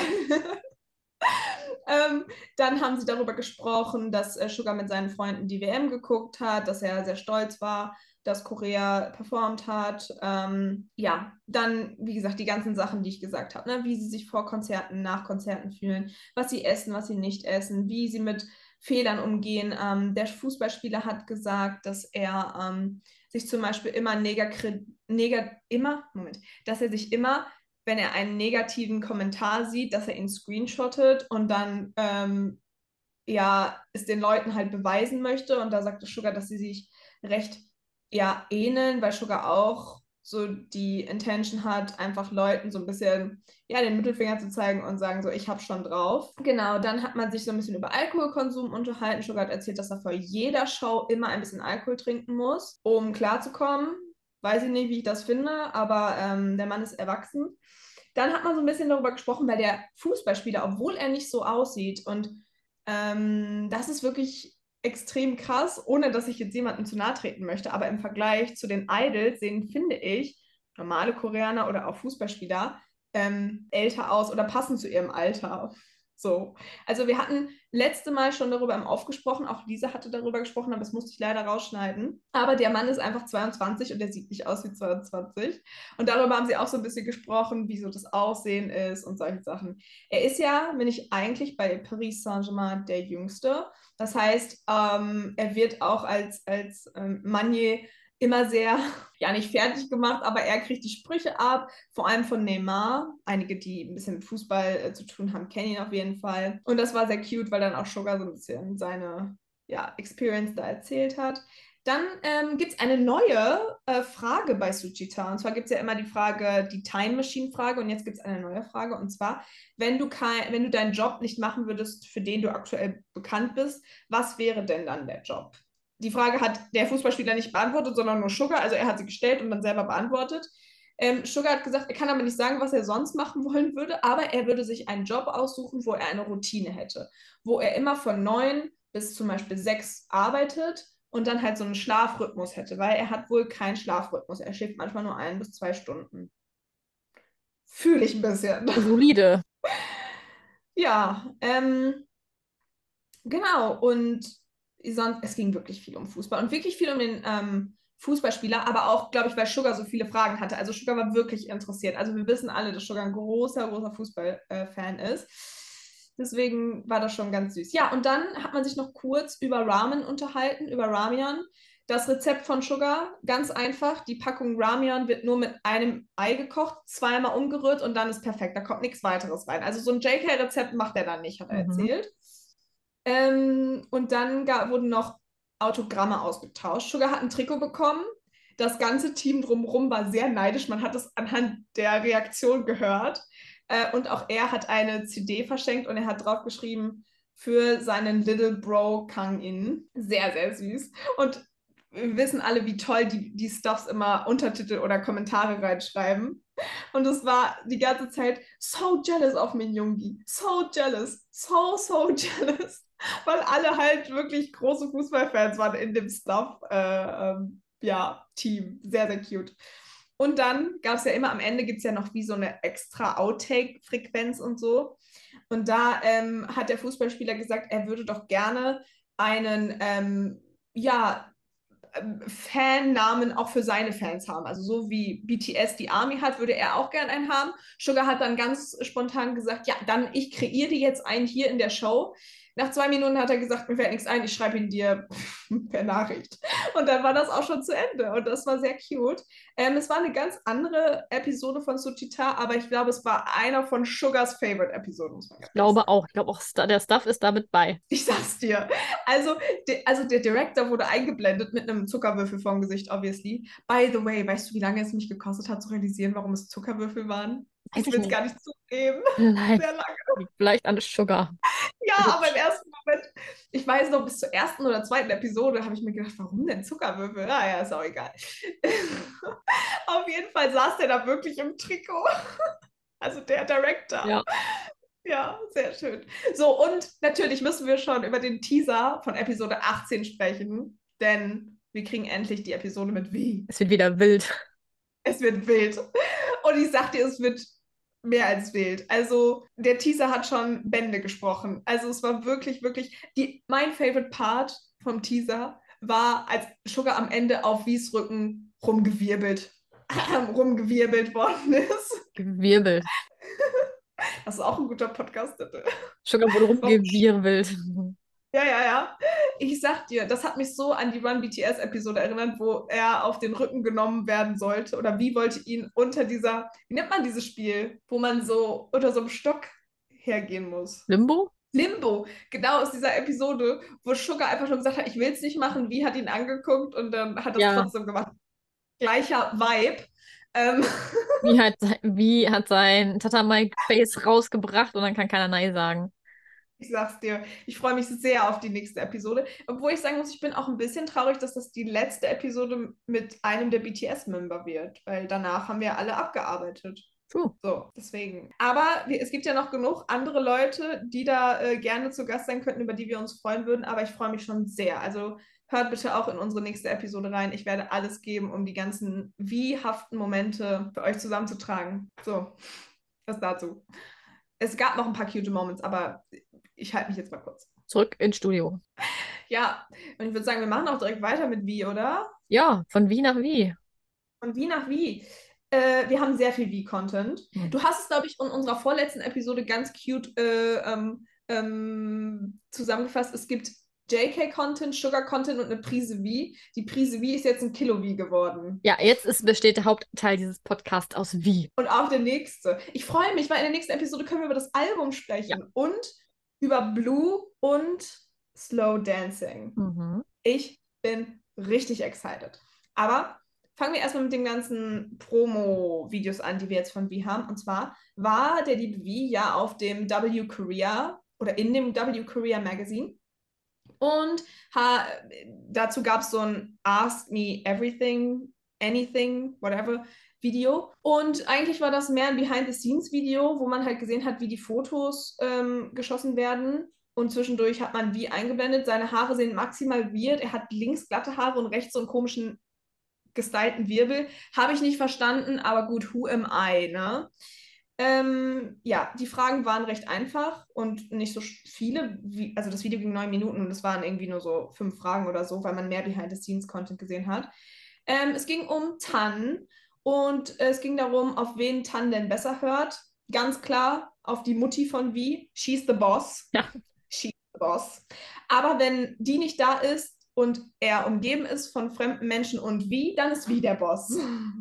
ähm, dann haben sie darüber gesprochen, dass äh, Sugar mit seinen Freunden die W M geguckt hat, dass er sehr stolz war, dass Korea performt hat. Ähm, ja, dann, wie gesagt, die ganzen Sachen, die ich gesagt habe, ne? Wie sie sich vor Konzerten, nach Konzerten fühlen, was sie essen, was sie nicht essen, wie sie mit Fehlern umgehen. Ähm, der Fußballspieler hat gesagt, dass er ähm, sich zum Beispiel immer negativ, neg immer, Moment, dass er sich immer, wenn er einen negativen Kommentar sieht, dass er ihn screenshottet und dann ähm, ja, es den Leuten halt beweisen möchte. Und da sagte Sugar, dass sie sich recht ja, ähneln, weil Sugar auch so die Intention hat, einfach Leuten so ein bisschen ja, den Mittelfinger zu zeigen und sagen so, ich hab schon drauf. Genau, dann hat man sich so ein bisschen über Alkoholkonsum unterhalten. Sugar hat erzählt, dass er vor jeder Show immer ein bisschen Alkohol trinken muss, um klarzukommen. Weiß ich nicht, wie ich das finde, aber ähm, der Mann ist erwachsen. Dann hat man so ein bisschen darüber gesprochen, weil der Fußballspieler, obwohl er nicht so aussieht und ähm, das ist wirklich extrem krass, ohne dass ich jetzt jemandem zu nahe treten möchte, aber im Vergleich zu den Idols sehen, finde ich, normale Koreaner oder auch Fußballspieler ähm, älter aus oder passen zu ihrem Alter. So. Also wir hatten letzte Mal schon darüber im Off gesprochen, auch Lisa hatte darüber gesprochen, aber das musste ich leider rausschneiden. Aber der Mann ist einfach zweiundzwanzig und der sieht nicht aus wie zweiundzwanzig. Und darüber haben sie auch so ein bisschen gesprochen, wie so das Aussehen ist und solche Sachen. Er ist ja, bin ich eigentlich bei Paris Saint-Germain der Jüngste. Das heißt, ähm, er wird auch als, als ähm, Manier immer sehr, ja nicht fertig gemacht, aber er kriegt die Sprüche ab, vor allem von Neymar. Einige, die ein bisschen mit Fußball äh, zu tun haben, kennen ihn auf jeden Fall. Und das war sehr cute, weil dann auch Sugar so ein bisschen seine ja, Experience da erzählt hat. Dann ähm, gibt es eine neue äh, Frage bei Suchita. Und zwar gibt es ja immer die Frage, die Time Machine Frage. Und jetzt gibt es eine neue Frage. Und zwar, wenn du, kein, wenn du deinen Job nicht machen würdest, für den du aktuell bekannt bist, was wäre denn dann der Job? Die Frage hat der Fußballspieler nicht beantwortet, sondern nur Sugar. Also er hat sie gestellt und dann selber beantwortet. Ähm, Sugar hat gesagt, er kann aber nicht sagen, was er sonst machen wollen würde, aber er würde sich einen Job aussuchen, wo er eine Routine hätte. Wo er immer von neun bis zum Beispiel sechs arbeitet und dann halt so einen Schlafrhythmus hätte, weil er hat wohl keinen Schlafrhythmus. Er schläft manchmal nur ein bis zwei Stunden. Fühle ich ein bisschen. Solide. Ja, ähm, genau. Und sonst, es ging wirklich viel um Fußball und wirklich viel um den ähm, Fußballspieler, aber auch, glaube ich, weil Sugar so viele Fragen hatte. Also Sugar war wirklich interessiert. Also wir wissen alle, dass Sugar ein großer, großer Fußballfan äh, ist. Deswegen war das schon ganz süß. Ja, und dann hat man sich noch kurz über Ramen unterhalten, über Ramyeon. Das Rezept von Sugar, ganz einfach. Die Packung Ramyeon wird nur mit einem Ei gekocht, zweimal umgerührt und dann ist perfekt. Da kommt nichts weiteres rein. Also so ein J K-Rezept macht er dann nicht, hat er Mhm. erzählt. Ähm, und dann gab, wurden noch Autogramme ausgetauscht. Sugar hat ein Trikot bekommen. Das ganze Team drumherum war sehr neidisch. Man hat es anhand der Reaktion gehört. Äh, und auch er hat eine C D verschenkt und er hat drauf geschrieben, für seinen Little Bro Kang-in. Sehr, sehr süß. Und wir wissen alle, wie toll die, die Stuffs immer Untertitel oder Kommentare reinschreiben. Und es war die ganze Zeit so jealous auf Minyoongi. So jealous. So, so jealous. Weil alle halt wirklich große Fußballfans waren in dem Stuff. Äh, ähm, ja, Team. Sehr, sehr cute. Und dann gab es ja immer, am Ende gibt es ja noch wie so eine extra Outtake-Frequenz und so. Und da ähm, hat der Fußballspieler gesagt, er würde doch gerne einen, ähm, ja, Fannamen auch für seine Fans haben. Also so wie B T S die Army hat, würde er auch gerne einen haben. Sugar hat dann ganz spontan gesagt, ja, dann ich kreiere dir jetzt einen hier in der Show. Nach zwei Minuten hat er gesagt, mir fällt nichts ein, ich schreibe ihn dir per Nachricht. Und dann war das auch schon zu Ende. Und das war sehr cute. Ähm, es war eine ganz andere Episode von Suchita, aber ich glaube, es war einer von Sugars Favorite-Episoden, muss man Ich ganz ehrlich glaube sagen. auch. Ich glaube auch, Sta- der Stuff ist damit bei. Ich sag's dir. Also, de, also der Director wurde eingeblendet mit einem Zuckerwürfel vorm Gesicht, obviously. By the way, weißt du, wie lange es mich gekostet hat, zu realisieren, warum es Zuckerwürfel waren? Weiß Ich ich will es nicht. gar nicht zugeben. Vielleicht, Sehr lange. vielleicht an Sugar. Ja, Also, aber im ersten Moment, ich weiß noch, bis zur ersten oder zweiten Episode habe ich mir gedacht, warum denn Zuckerwürfel? Naja, ist auch egal. Auf jeden Fall saß der da wirklich im Trikot. Also der Director. ja. Ja, sehr schön. So, und natürlich müssen wir schon über den Teaser von Episode achtzehn sprechen, denn wir kriegen endlich die Episode mit wie. Es wird wieder wild. Es wird wild. Und ich sag dir, es wird mehr als wild. Also, der Teaser hat schon Bände gesprochen. Also, es war wirklich, wirklich die, mein favorite Part vom Teaser war, als Sugar am Ende auf Wies Rücken rumgewirbelt, rumgewirbelt worden ist. Gewirbelt. Das ist auch ein guter Podcast-Titel. Sugar wurde rumgewirbelt. Ja, ja, ja. Ich sag dir, das hat mich so an die Run B T S-Episode erinnert, wo er auf den Rücken genommen werden sollte. Oder wie wollte ihn unter dieser, wie nennt man dieses Spiel, wo man so unter so einem Stock hergehen muss? Limbo? Limbo, genau aus dieser Episode, wo Sugar einfach nur gesagt hat, ich will es nicht machen, wie hat ihn angeguckt und dann hat das Ja. trotzdem gemacht. Gleicher Vibe. Ähm, Wie hat, wie hat sein Tata Mike Face rausgebracht und dann kann keiner Nein sagen. Ich sag's dir, ich freue mich sehr auf die nächste Episode. Obwohl ich sagen muss, ich bin auch ein bisschen traurig, dass das die letzte Episode mit einem der B T S-Member wird, weil danach haben wir alle abgearbeitet. Puh. So, deswegen. Aber wir, es gibt ja noch genug andere Leute, die da äh, gerne zu Gast sein könnten, über die wir uns freuen würden. Aber ich freue mich schon sehr. Also hört bitte auch in unsere nächste Episode rein. Ich werde alles geben, um die ganzen wiehhaften Momente für euch zusammenzutragen. So, das dazu. Es gab noch ein paar cute Moments, aber ich halte mich jetzt mal kurz. Zurück ins Studio. Ja, und ich würde sagen, wir machen auch direkt weiter mit Wie, oder? Ja, von wie nach wie. Von Wie nach Wie. Äh, wir haben sehr viel Wie-Content. Hm. Du hast es, glaube ich, in unserer vorletzten Episode ganz cute äh, ähm, ähm, zusammengefasst. Es gibt J K-Content, Sugar-Content und eine Prise Wie. Die Prise Wie ist jetzt ein Kilo Wie geworden. Ja, jetzt ist, besteht der Hauptteil dieses Podcasts aus wie. Und auch der nächste. Ich freue mich, weil in der nächsten Episode können wir über das Album sprechen Ja. und über Blue und Slow Dancing. Mhm. Ich bin richtig excited. Aber fangen wir erstmal mit den ganzen Promo-Videos an, die wir jetzt von Wie haben. Und zwar war der liebe Wie ja auf dem W Korea oder in dem W Korea Magazine. Und ha, dazu gab es so ein Ask Me Everything, Anything, whatever Video. Und eigentlich war das mehr ein Behind-the-Scenes-Video, wo man halt gesehen hat, wie die Fotos ähm, geschossen werden. Und zwischendurch hat man Wie eingeblendet. Seine Haare sehen maximal weird. Er hat links glatte Haare und rechts so einen komischen gestylten Wirbel. Habe ich nicht verstanden, aber gut, who am I, ne? Ähm, ja, die Fragen waren recht einfach und nicht so viele. Wie, also das Video ging neun Minuten und es waren irgendwie nur so fünf Fragen oder so, weil man mehr Behind-the-Scenes-Content gesehen hat. Ähm, es ging um Tan und es ging darum, auf wen Tan denn besser hört. Ganz klar auf die Mutti von Wie. She's the boss. Ja. She's the boss. Aber wenn die nicht da ist und er umgeben ist von fremden Menschen und Wie, dann ist Wie der Boss.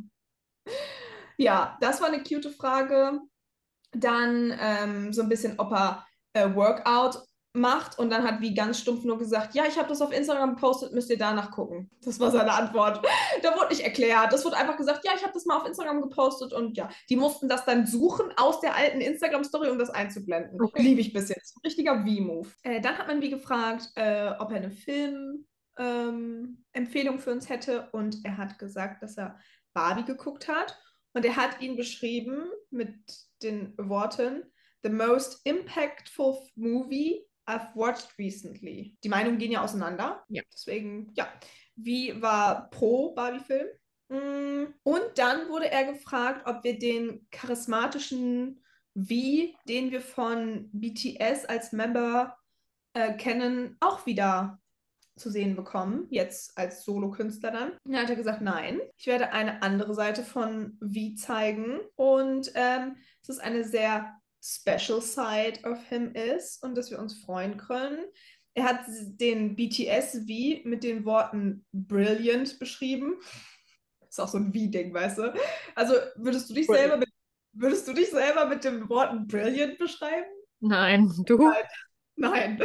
Ja, das war eine cute Frage. Dann ähm, so ein bisschen, ob er äh, Workout macht und dann hat Wie ganz stumpf nur gesagt, ja, ich habe das auf Instagram gepostet, müsst ihr danach gucken. Das war seine Antwort. Da wurde nicht erklärt. Das wurde einfach gesagt, ja, ich habe das mal auf Instagram gepostet und ja, die mussten das dann suchen aus der alten Instagram-Story, um das einzublenden. Okay. Liebe ich bis jetzt. Ein richtiger Wie-Move. Äh, dann hat man Wie gefragt, äh, ob er eine Film-Empfehlung ähm, für uns hätte und er hat gesagt, dass er Barbie geguckt hat. Und er hat ihn beschrieben mit den Worten, the most impactful movie I've watched recently. Die Meinungen gehen ja auseinander. Ja. Deswegen, ja. Wie war pro Barbie-Film? Und dann wurde er gefragt, ob wir den charismatischen Wie, den wir von B T S als Member äh, kennen, auch wieder zu sehen bekommen, jetzt als Solokünstler dann. Dann hat er gesagt, nein, ich werde eine andere Seite von Wie zeigen und ähm, es ist eine sehr special side of him ist und dass wir uns freuen können. Er hat den B T S Wie mit den Worten brilliant beschrieben. Ist auch so ein Wie-Ding, weißt du? Also würdest du dich selber mit, würdest du dich selber mit den Worten brilliant beschreiben? Nein, du? Nein. Nein.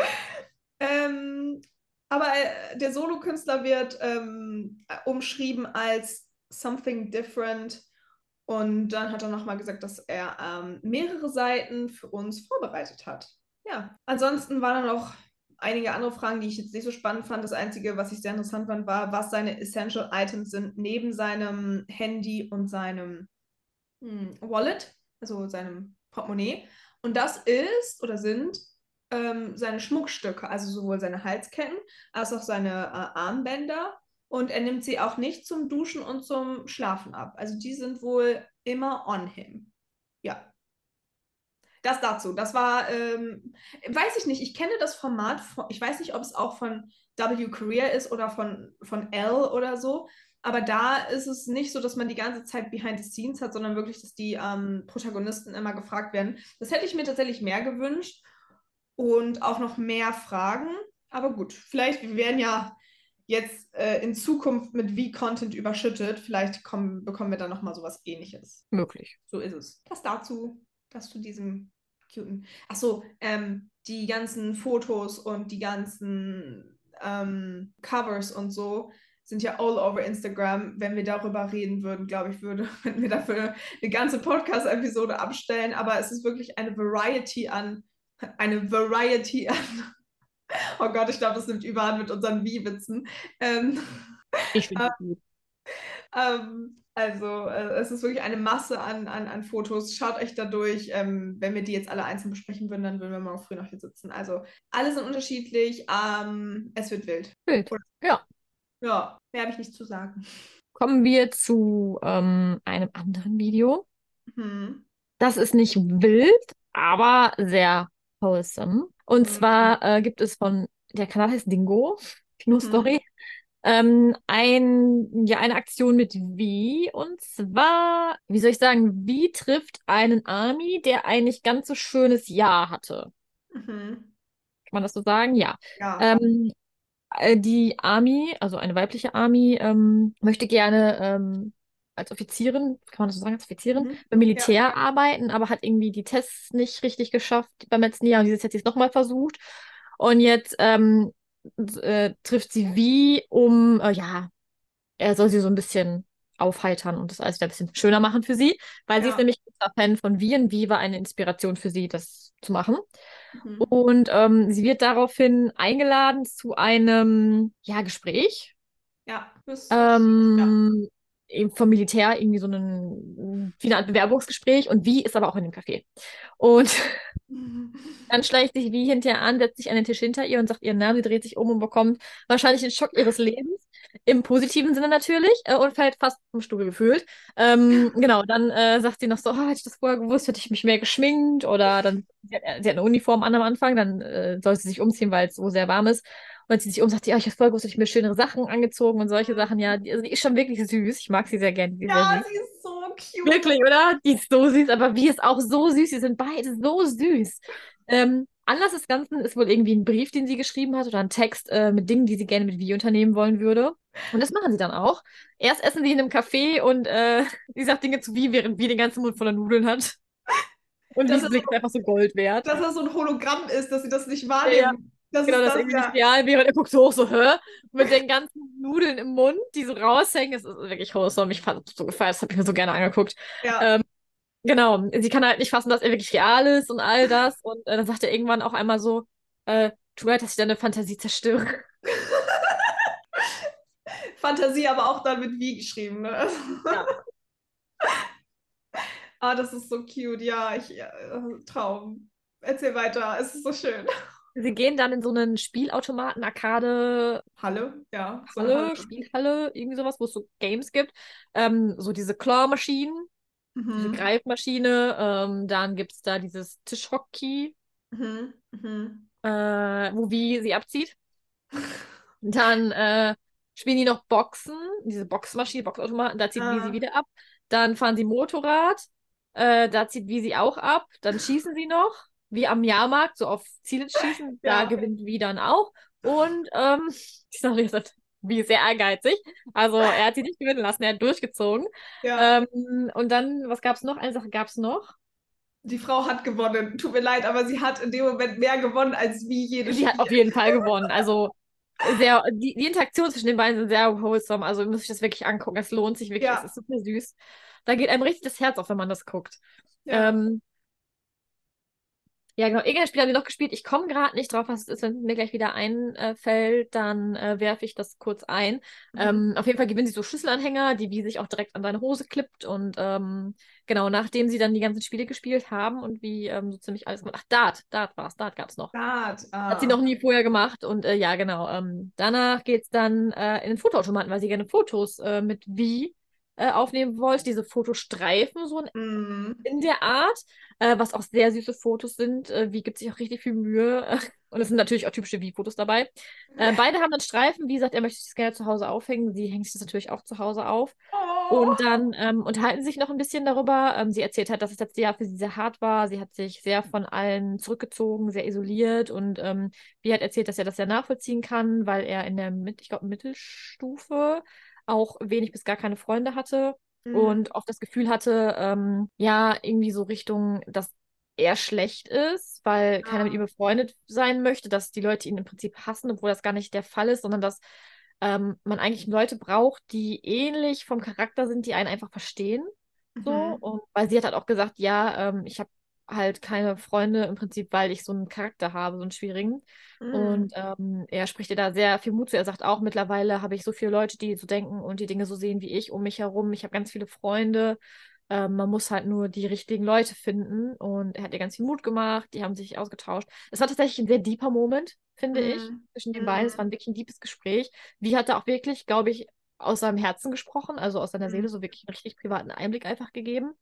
Ähm, aber äh, der Solokünstler wird ähm, umschrieben als something different. Und dann hat er nochmal gesagt, dass er ähm, mehrere Seiten für uns vorbereitet hat. Ja, ansonsten waren dann noch einige andere Fragen, die ich jetzt nicht so spannend fand. Das Einzige, was ich sehr interessant fand, war, was seine Essential Items sind, neben seinem Handy und seinem hm, Wallet, also seinem Portemonnaie. Und das ist oder sind ähm, seine Schmuckstücke, also sowohl seine Halsketten als auch seine äh, Armbänder. Und er nimmt sie auch nicht zum Duschen und zum Schlafen ab. Also die sind wohl immer on him. Ja. Das dazu. Das war, ähm, weiß ich nicht, ich kenne das Format, von, ich weiß nicht, ob es auch von W Korea ist oder von, von L oder so, aber da ist es nicht so, dass man die ganze Zeit Behind the Scenes hat, sondern wirklich, dass die ähm, Protagonisten immer gefragt werden. Das hätte ich mir tatsächlich mehr gewünscht und auch noch mehr Fragen, aber gut, vielleicht, wir werden ja jetzt äh, in Zukunft mit V-Content überschüttet, vielleicht kommen, bekommen wir dann nochmal sowas Ähnliches. Möglich. So ist es. Das dazu, das zu diesem cuten. Achso, ähm, die ganzen Fotos und die ganzen ähm, Covers und so sind ja all over Instagram. Wenn wir darüber reden würden, glaube ich, würde, wenn wir dafür eine ganze Podcast-Episode abstellen. Aber es ist wirklich eine Variety an, eine Variety an. Oh Gott, ich glaube, das nimmt überhand mit unseren Wie-Witzen. Ähm, Ich finde es gut. ähm, also, äh, es ist wirklich eine Masse an, an, an Fotos. Schaut euch da durch. Ähm, wenn wir die jetzt alle einzeln besprechen würden, dann würden wir morgen früh noch hier sitzen. Also, alle sind unterschiedlich. Ähm, es wird wild. Bild. Oder- Ja. Ja, mehr habe ich nicht zu sagen. Kommen wir zu ähm, einem anderen Video. Mhm. Das ist nicht wild, aber sehr wholesome. Und Mhm. zwar äh, gibt es von, der Kanal heißt Dingo, Dino Mhm. Story, ähm, ein, ja, eine Aktion mit Vi. Und zwar, wie soll ich sagen, Vi trifft einen Ami, der ein nicht ganz so schönes Jahr hatte. Mhm. Kann man das so sagen? Ja. Ja. Ähm, äh, die Ami, also eine weibliche Ami, ähm, möchte gerne ähm, als Offizierin, kann man das so sagen, als Offizierin, Mhm. beim Militär arbeiten, aber hat irgendwie die Tests nicht richtig geschafft beim letzten Jahr und dieses hat sie es nochmal versucht. Und jetzt ähm, äh, trifft sie wie, um, äh, ja, er soll sie so ein bisschen aufheitern und das alles wieder ein bisschen schöner machen für sie, weil sie ist Ja. nämlich großer Fan von Vi und Vi war eine Inspiration für sie, das zu machen. Mhm. Und ähm, sie wird daraufhin eingeladen zu einem, ja, Gespräch Ja. Das, ähm, eben vom Militär, irgendwie so ein, wie eine Art Bewerbungsgespräch und Vi ist aber auch in dem Café. Und ja. dann schleicht sich Vi hinterher an, setzt sich an den Tisch hinter ihr und sagt ihren Namen. Sie dreht sich um und bekommt wahrscheinlich den Schock ihres Lebens. Im positiven Sinne natürlich. Äh, und fällt fast vom Stuhl gefühlt. Ähm, genau, dann äh, sagt sie noch so, oh, hätte ich das vorher gewusst, hätte ich mich mehr geschminkt. Oder dann, sie hat, sie hat eine Uniform an am Anfang, dann äh, soll sie sich umziehen, weil es so sehr warm ist. Und als sie sich um, sagt sie, ja, ich hätte vorher gewusst, hätte ich mir schönere Sachen angezogen und solche Sachen. Ja, die, also die ist schon wirklich süß. Ich mag sie sehr gerne. Die ist sehr Ja, süß. sie ist so cute. Wirklich, oder? Die ist so süß, aber wie ist auch so süß. Sie sind beide so süß. Ähm, Anlass des Ganzen ist wohl irgendwie ein Brief, den sie geschrieben hat oder ein Text äh, mit Dingen, die sie gerne mit Vi unternehmen wollen würde. Und das machen sie dann auch. Erst essen sie in einem Café und äh, sie sagt Dinge zu Vi, während Vi den ganzen Mund voller Nudeln hat. Und Das Vis ist Blick ist einfach so Gold wert. Dass das so ein Hologramm ist, dass sie das nicht Ja, wahrnehmen. Das genau, ist das das, irgendwie ja. nicht real wäre. Und er guckt so hoch, so, hä? Mit den ganzen Nudeln im Mund, die so raushängen. Es ist wirklich wholesome. Ich fand es so gefallen. Das habe ich mir so gerne angeguckt. Ja. Ähm, Genau, sie kann halt nicht fassen, dass er wirklich real ist und all das. Und äh, dann sagt er irgendwann auch einmal so, äh, tut mir leid, dass ich deine Fantasie zerstöre. Fantasie, aber auch dann mit wie geschrieben, ne? Ja. Ah, das ist so cute. Ja, ich, äh, Traum. Erzähl weiter. Es ist so schön. Sie gehen dann in so einen Spielautomaten, Arcade, Halle, ja. So eine Halle, Halle. Spielhalle, irgendwie sowas, wo es so Games gibt. Ähm, so diese Claw-Maschinen, diese Mhm. Greifmaschine. Ähm, dann gibt es da dieses Tischhockey, Mhm. Mhm. äh, wo wie sie abzieht. Dann äh, spielen die noch Boxen, diese Boxmaschine, Boxautomaten, da zieht Visi Ah, wieder ab. Dann fahren sie Motorrad, äh, da zieht Visi auch ab. Dann schießen sie noch, wie am Jahrmarkt, so auf Ziele schießen, da ja. gewinnt Vi dann auch. Und ähm, die Story ist halt wie sehr ehrgeizig. Also er hat sie nicht gewinnen lassen, er hat durchgezogen. Ja. Ähm, und dann, was gab es noch? Eine Sache gab es noch. Die Frau hat gewonnen. Tut mir leid, aber sie hat in dem Moment mehr gewonnen als wie jedes Sie hat Spiel. auf jeden Fall gewonnen. Also sehr, die, die Interaktion zwischen den beiden sind sehr wholesome. Also ihr müsst euch das wirklich angucken. Es lohnt sich wirklich. Es Ja. ist super süß. Da geht einem richtig das Herz auf, wenn man das guckt. Ja. Ähm, ja, genau. Irgendein Spiel haben die noch gespielt. Ich komme gerade nicht drauf, was es ist. Wenn mir gleich wieder einfällt, dann äh, werfe ich das kurz ein. Mhm. Ähm, auf jeden Fall gewinnen sie so Schlüsselanhänger, die wie sich auch direkt an deine Hose klippt. Und ähm, genau, nachdem sie dann die ganzen Spiele gespielt haben und wie ähm, so ziemlich alles gemacht. Ach, Dart, Dart war es. Dart gab es noch. Dart, ah. Hat sie noch nie vorher gemacht. Und äh, ja, genau. Ähm, danach geht es dann äh, in den Fotoautomaten, weil sie gerne Fotos äh, mit Vi äh, aufnehmen wollte. Diese Fotostreifen so in, Mhm. in der Art. äh, was auch sehr süße Fotos sind. Äh, Wie gibt sich auch richtig viel Mühe. Und es sind natürlich auch typische Wie-Fotos dabei. Äh, beide haben dann Streifen. Wie gesagt, er möchte sich das gerne zu Hause aufhängen. Sie hängt sich das natürlich auch zu Hause auf. Oh. Und dann ähm, unterhalten sie sich noch ein bisschen darüber. Ähm, sie erzählt halt, dass das letzte Jahr für sie sehr hart war. Sie hat sich sehr von allen zurückgezogen, sehr isoliert. Und ähm, wie hat erzählt, dass er das sehr nachvollziehen kann, weil er in der, Mit ich glaube, Mittelstufe auch wenig bis gar keine Freunde hatte. Mhm. Und oft das Gefühl hatte, ähm, ja, irgendwie so Richtung, dass er schlecht ist, weil keiner mit ihm Ah. befreundet sein möchte, dass die Leute ihn im Prinzip hassen, obwohl das gar nicht der Fall ist, sondern dass ähm, man eigentlich Leute braucht, die ähnlich vom Charakter sind, die einen einfach verstehen. So. Mhm. Und weil sie hat halt auch gesagt, ja, ähm, ich habe halt keine Freunde im Prinzip, weil ich so einen Charakter habe, so einen schwierigen. Mhm. Und ähm, er spricht ihr da sehr viel Mut zu. Er sagt auch, mittlerweile habe ich so viele Leute, die so denken und die Dinge so sehen wie ich um mich herum. Ich habe ganz viele Freunde. Ähm, man muss halt nur die richtigen Leute finden. Und er hat ihr ganz viel Mut gemacht. Die haben sich ausgetauscht. Es war tatsächlich ein sehr deeper Moment, finde ich, Mhm. zwischen den beiden. Es war Mhm. ein wirklich ein deepes Gespräch. Wie hat er auch wirklich, glaube ich, aus seinem Herzen gesprochen, also aus seiner Seele, Mhm. so wirklich einen richtig privaten Einblick einfach gegeben.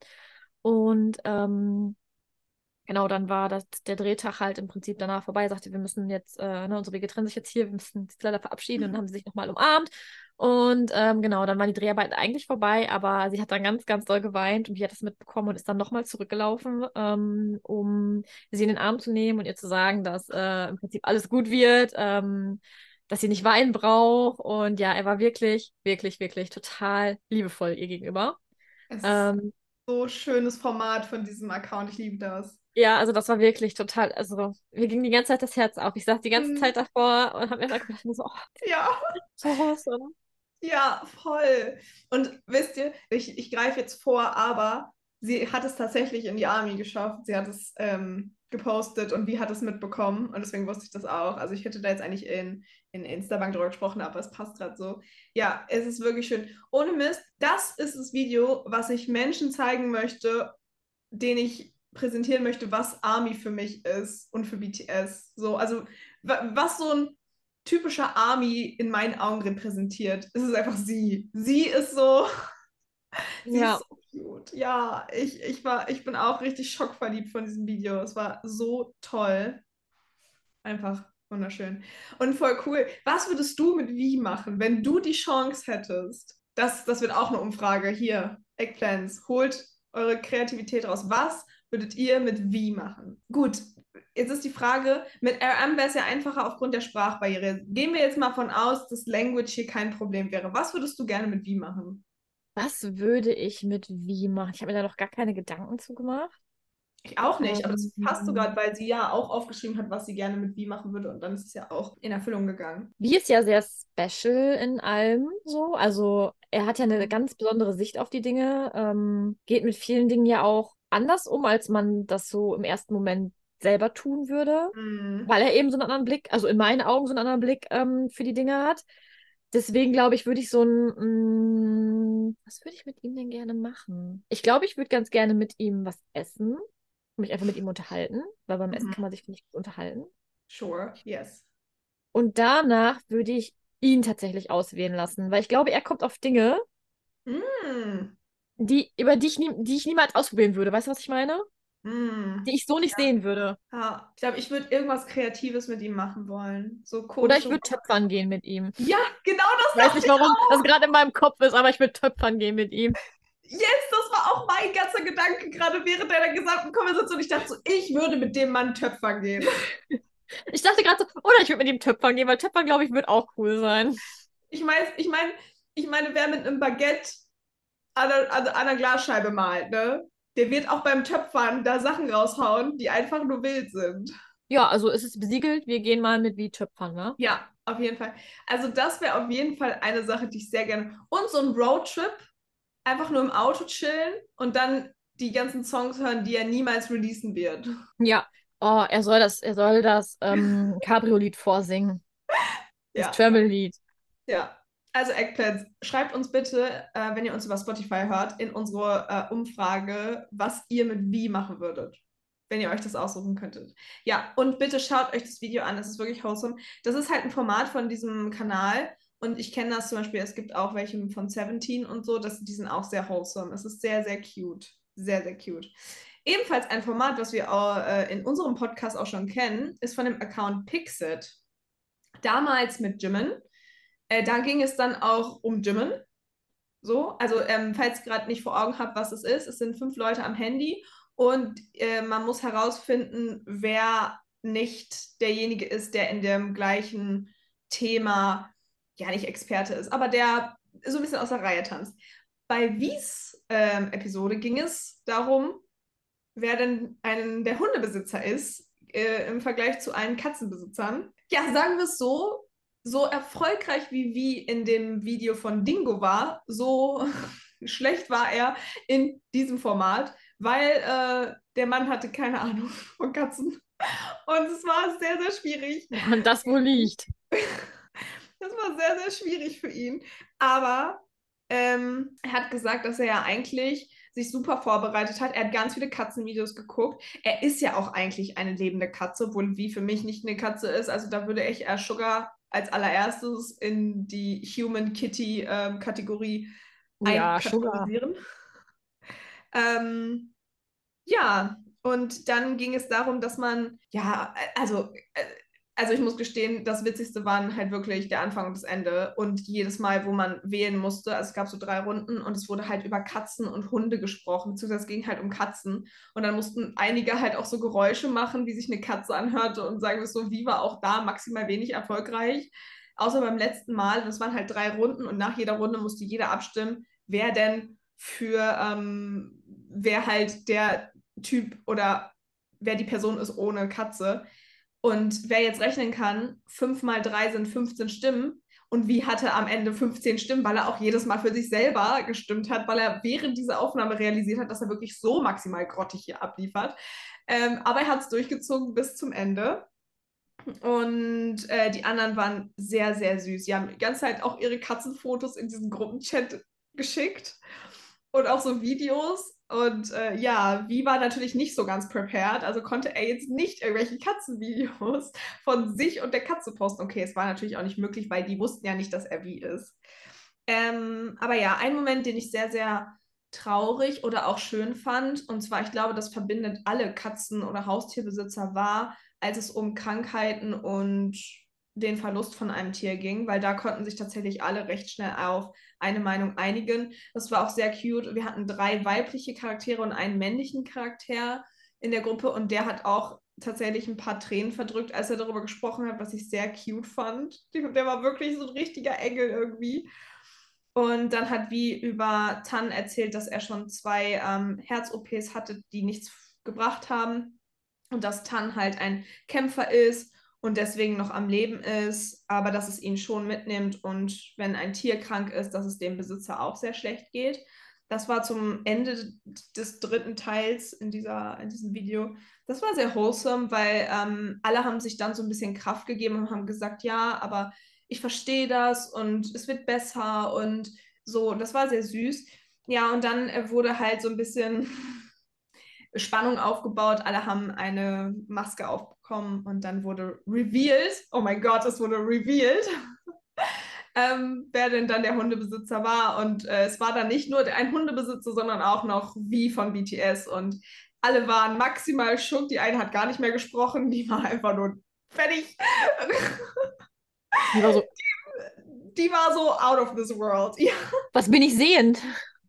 Und ähm, genau, dann war das, der Drehtag halt im Prinzip danach vorbei. Er sagte, wir müssen jetzt, äh, ne, unsere Wege trennen sich jetzt hier, wir müssen uns leider verabschieden. Und dann haben sie sich nochmal umarmt. Und ähm, genau, dann waren die Dreharbeiten eigentlich vorbei, aber sie hat dann ganz, ganz doll geweint und die hat das mitbekommen und ist dann nochmal zurückgelaufen, ähm, um sie in den Arm zu nehmen und ihr zu sagen, dass äh, im Prinzip alles gut wird, ähm, dass sie nicht weinen braucht. Und ja, er war wirklich, wirklich, wirklich total liebevoll ihr gegenüber. Es ist Ähm, so schönes Format von diesem Account. Ich liebe das. Ja, also das war wirklich total, also mir ging die ganze Zeit das Herz auf. Ich saß die ganze Mhm. Zeit davor und habe mir immer gedacht, so, oh, Ja. so awesome. Ja, voll. Und wisst ihr, ich, ich greife jetzt vor, aber sie hat es tatsächlich in die Army geschafft. Sie hat es ähm, gepostet und wie hat es mitbekommen. Und deswegen wusste ich das auch. Also ich hätte da jetzt eigentlich in, in Instabank drüber gesprochen, aber es passt gerade so. Ja, es ist wirklich schön. Ohne Mist, das ist das Video, was ich Menschen zeigen möchte, denen ich präsentieren möchte, was Army für mich ist und für B T S. So, also was so ein typischer Army in meinen Augen repräsentiert. Es ist einfach sie. Sie ist so, sie ist Ja, so cute. Ja, ich, ich war, ich bin auch richtig schockverliebt von diesem Video. Es war so toll. Einfach wunderschön. Und voll cool. Was würdest du mit Wie machen, wenn du die Chance hättest? Das, das wird auch eine Umfrage. Hier, Eggplants. Holt eure Kreativität raus. Was würdet ihr mit Wie machen? Gut, jetzt ist die Frage, mit R M wäre es ja einfacher aufgrund der Sprachbarriere. Gehen wir jetzt mal von aus, dass Language hier kein Problem wäre. Was würdest du gerne mit Wie machen? was würde ich mit wie machen? Ich habe mir da noch gar keine Gedanken zu gemacht. Ich auch nicht, aber das passt so Ähm, gerade, weil sie ja auch aufgeschrieben hat, was sie gerne mit Wie machen würde und dann ist es ja auch in Erfüllung gegangen. Wie ist ja sehr special in allem so. Also er hat ja eine ganz besondere Sicht auf die Dinge, ähm, geht mit vielen Dingen ja auch anders um, als man das so im ersten Moment selber tun würde, Mhm. weil er eben so einen anderen Blick, also in meinen Augen so einen anderen Blick ähm, für die Dinge hat. Deswegen glaube ich, würde ich so ein, mm, was würde ich mit ihm denn gerne machen? Ich glaube, ich würde ganz gerne mit ihm was essen, mich einfach mit ihm unterhalten, weil beim Essen kann Mhm. man sich, finde ich, gut unterhalten. Sure, yes. Und danach würde ich ihn tatsächlich auswählen lassen, weil ich glaube, er kommt auf Dinge, Mm. die, über die ich, nie, die ich niemals ausprobieren würde. Weißt du, was ich meine? Mm. Die ich so nicht Ja. sehen würde. Ja, ich glaube, ich würde irgendwas Kreatives mit ihm machen wollen. So Oder ich komische. würde töpfern gehen mit ihm. Ja, genau Ich das weiß dachte nicht, ich warum das auch. gerade in meinem Kopf ist, aber ich würde töpfern gehen mit ihm. Yes, das war auch mein ganzer Gedanke gerade während deiner gesamten Konversation. Ich dachte so, ich würde mit dem Mann töpfern gehen. Ich dachte gerade so, oder ich würde mit ihm töpfern gehen, weil töpfern, glaube ich, wird auch cool sein. Ich meine, ich meine, ich meine, wer mit einem Baguette an einer, an einer Glasscheibe malt, ne? Der wird auch beim Töpfern da Sachen raushauen, die einfach nur wild sind. Ja, also es ist besiegelt. Wir gehen mal mit wie töpfern, ne? Ja, auf jeden Fall. Also das wäre auf jeden Fall eine Sache, die ich sehr gerne. Und so ein Roadtrip, einfach nur im Auto chillen und dann die ganzen Songs hören, die er niemals releasen wird. Ja. Oh, er soll das, er soll das ähm, Cabrio-Lied vorsingen. Das Ja, Travel-Lied. ja. Also Eggplants, schreibt uns bitte, äh, wenn ihr uns über Spotify hört, in unsere äh, Umfrage, was ihr mit Wie machen würdet, wenn ihr euch das aussuchen könntet. Ja, und bitte schaut euch das Video an, es ist wirklich wholesome. Das ist halt ein Format von diesem Kanal und ich kenne das zum Beispiel, es gibt auch welche von Seventeen und so, das, die sind auch sehr wholesome. Es ist sehr, sehr cute. Sehr, sehr cute. Ebenfalls ein Format, was wir auch, äh, in unserem Podcast auch schon kennen, ist von dem Account Pixit. Damals mit Jimin. Äh, da ging es dann auch um Jimin. So, also ähm, falls ihr gerade nicht vor Augen habt, was es ist, es sind fünf Leute am Handy und äh, man muss herausfinden, wer nicht derjenige ist, der in dem gleichen Thema ja nicht Experte ist, aber der so ein bisschen aus der Reihe tanzt. Bei Wies ähm, Episode ging es darum, wer denn ein, der Hundebesitzer ist äh, im Vergleich zu allen Katzenbesitzern. Ja, sagen wir es so, so erfolgreich wie Wie in dem Video von Dingo war, so schlecht war er in diesem Format, weil äh, der Mann hatte keine Ahnung von Katzen. Und es war sehr, sehr schwierig. Woran das wohl liegt. Das war sehr, sehr schwierig für ihn. Aber ähm, er hat gesagt, dass er ja eigentlich sich super vorbereitet hat. Er hat ganz viele Katzenvideos geguckt. Er ist ja auch eigentlich eine lebende Katze, obwohl Wie für mich nicht eine Katze ist. Also da würde ich eher Sugar als allererstes in die Human Kitty ähm, Kategorie Ja, Sugar. einkategorisieren. Ähm, ja, und dann ging es darum, dass man, ja, also, äh, also ich muss gestehen, das Witzigste waren halt wirklich der Anfang und das Ende. Und jedes Mal, wo man wählen musste, also es gab so drei Runden und es wurde halt über Katzen und Hunde gesprochen, beziehungsweise es ging halt um Katzen. Und dann mussten einige halt auch so Geräusche machen, wie sich eine Katze anhörte und sagen wir es so, Wie war auch da maximal wenig erfolgreich. Außer beim letzten Mal, das waren halt drei Runden und nach jeder Runde musste jeder abstimmen, wer denn für, ähm, wer halt der Typ oder wer die Person ist ohne Katze. Und wer jetzt rechnen kann, fünf mal drei sind fünfzehn Stimmen. Und Wie hatte am Ende fünfzehn Stimmen, weil er auch jedes Mal für sich selber gestimmt hat, weil er während dieser Aufnahme realisiert hat, dass er wirklich so maximal grottig hier abliefert. Ähm, aber er hat es durchgezogen bis zum Ende. Und äh, die anderen waren sehr, sehr süß. Sie haben die ganze Zeit auch ihre Katzenfotos in diesen Gruppenchat geschickt und auch so Videos. Und äh, ja, Wie war natürlich nicht so ganz prepared, also konnte er jetzt nicht irgendwelche Katzenvideos von sich und der Katze posten. Okay, es war natürlich auch nicht möglich, weil die wussten ja nicht, dass er Wie ist. Ähm, aber ja, ein Moment, den ich sehr, sehr traurig oder auch schön fand, und zwar, ich glaube, das verbindet alle Katzen- oder Haustierbesitzer, war, als es um Krankheiten und den Verlust von einem Tier ging, weil da konnten sich tatsächlich alle recht schnell auf eine Meinung einigen. Das war auch sehr cute. Wir hatten drei weibliche Charaktere und einen männlichen Charakter in der Gruppe und der hat auch tatsächlich ein paar Tränen verdrückt, als er darüber gesprochen hat, was ich sehr cute fand. Der war wirklich so ein richtiger Engel irgendwie. Und dann hat Wie über Tan erzählt, dass er schon zwei ähm, Herz-O Ps hatte, die nichts gebracht haben. Und dass Tan halt ein Kämpfer ist und deswegen noch am Leben ist, aber dass es ihn schon mitnimmt und wenn ein Tier krank ist, dass es dem Besitzer auch sehr schlecht geht. Das war zum Ende des dritten Teils in, dieser, in diesem Video. Das war sehr wholesome, weil ähm, alle haben sich dann so ein bisschen Kraft gegeben und haben gesagt, ja, aber ich verstehe das und es wird besser und so. Das war sehr süß. Ja, und dann äh, wurde halt so ein bisschen Spannung aufgebaut. Alle haben eine Maske aufbekommen und dann wurde revealed. Oh mein Gott, es wurde revealed. ähm, wer denn dann der Hundebesitzer war. Und äh, es war dann nicht nur ein Hundebesitzer, sondern auch noch Wie von B T S. Und alle waren maximal schock. Die eine hat gar nicht mehr gesprochen. Die war einfach nur fertig. Die war so, die, die war so out of this world. Ja, was bin ich sehend?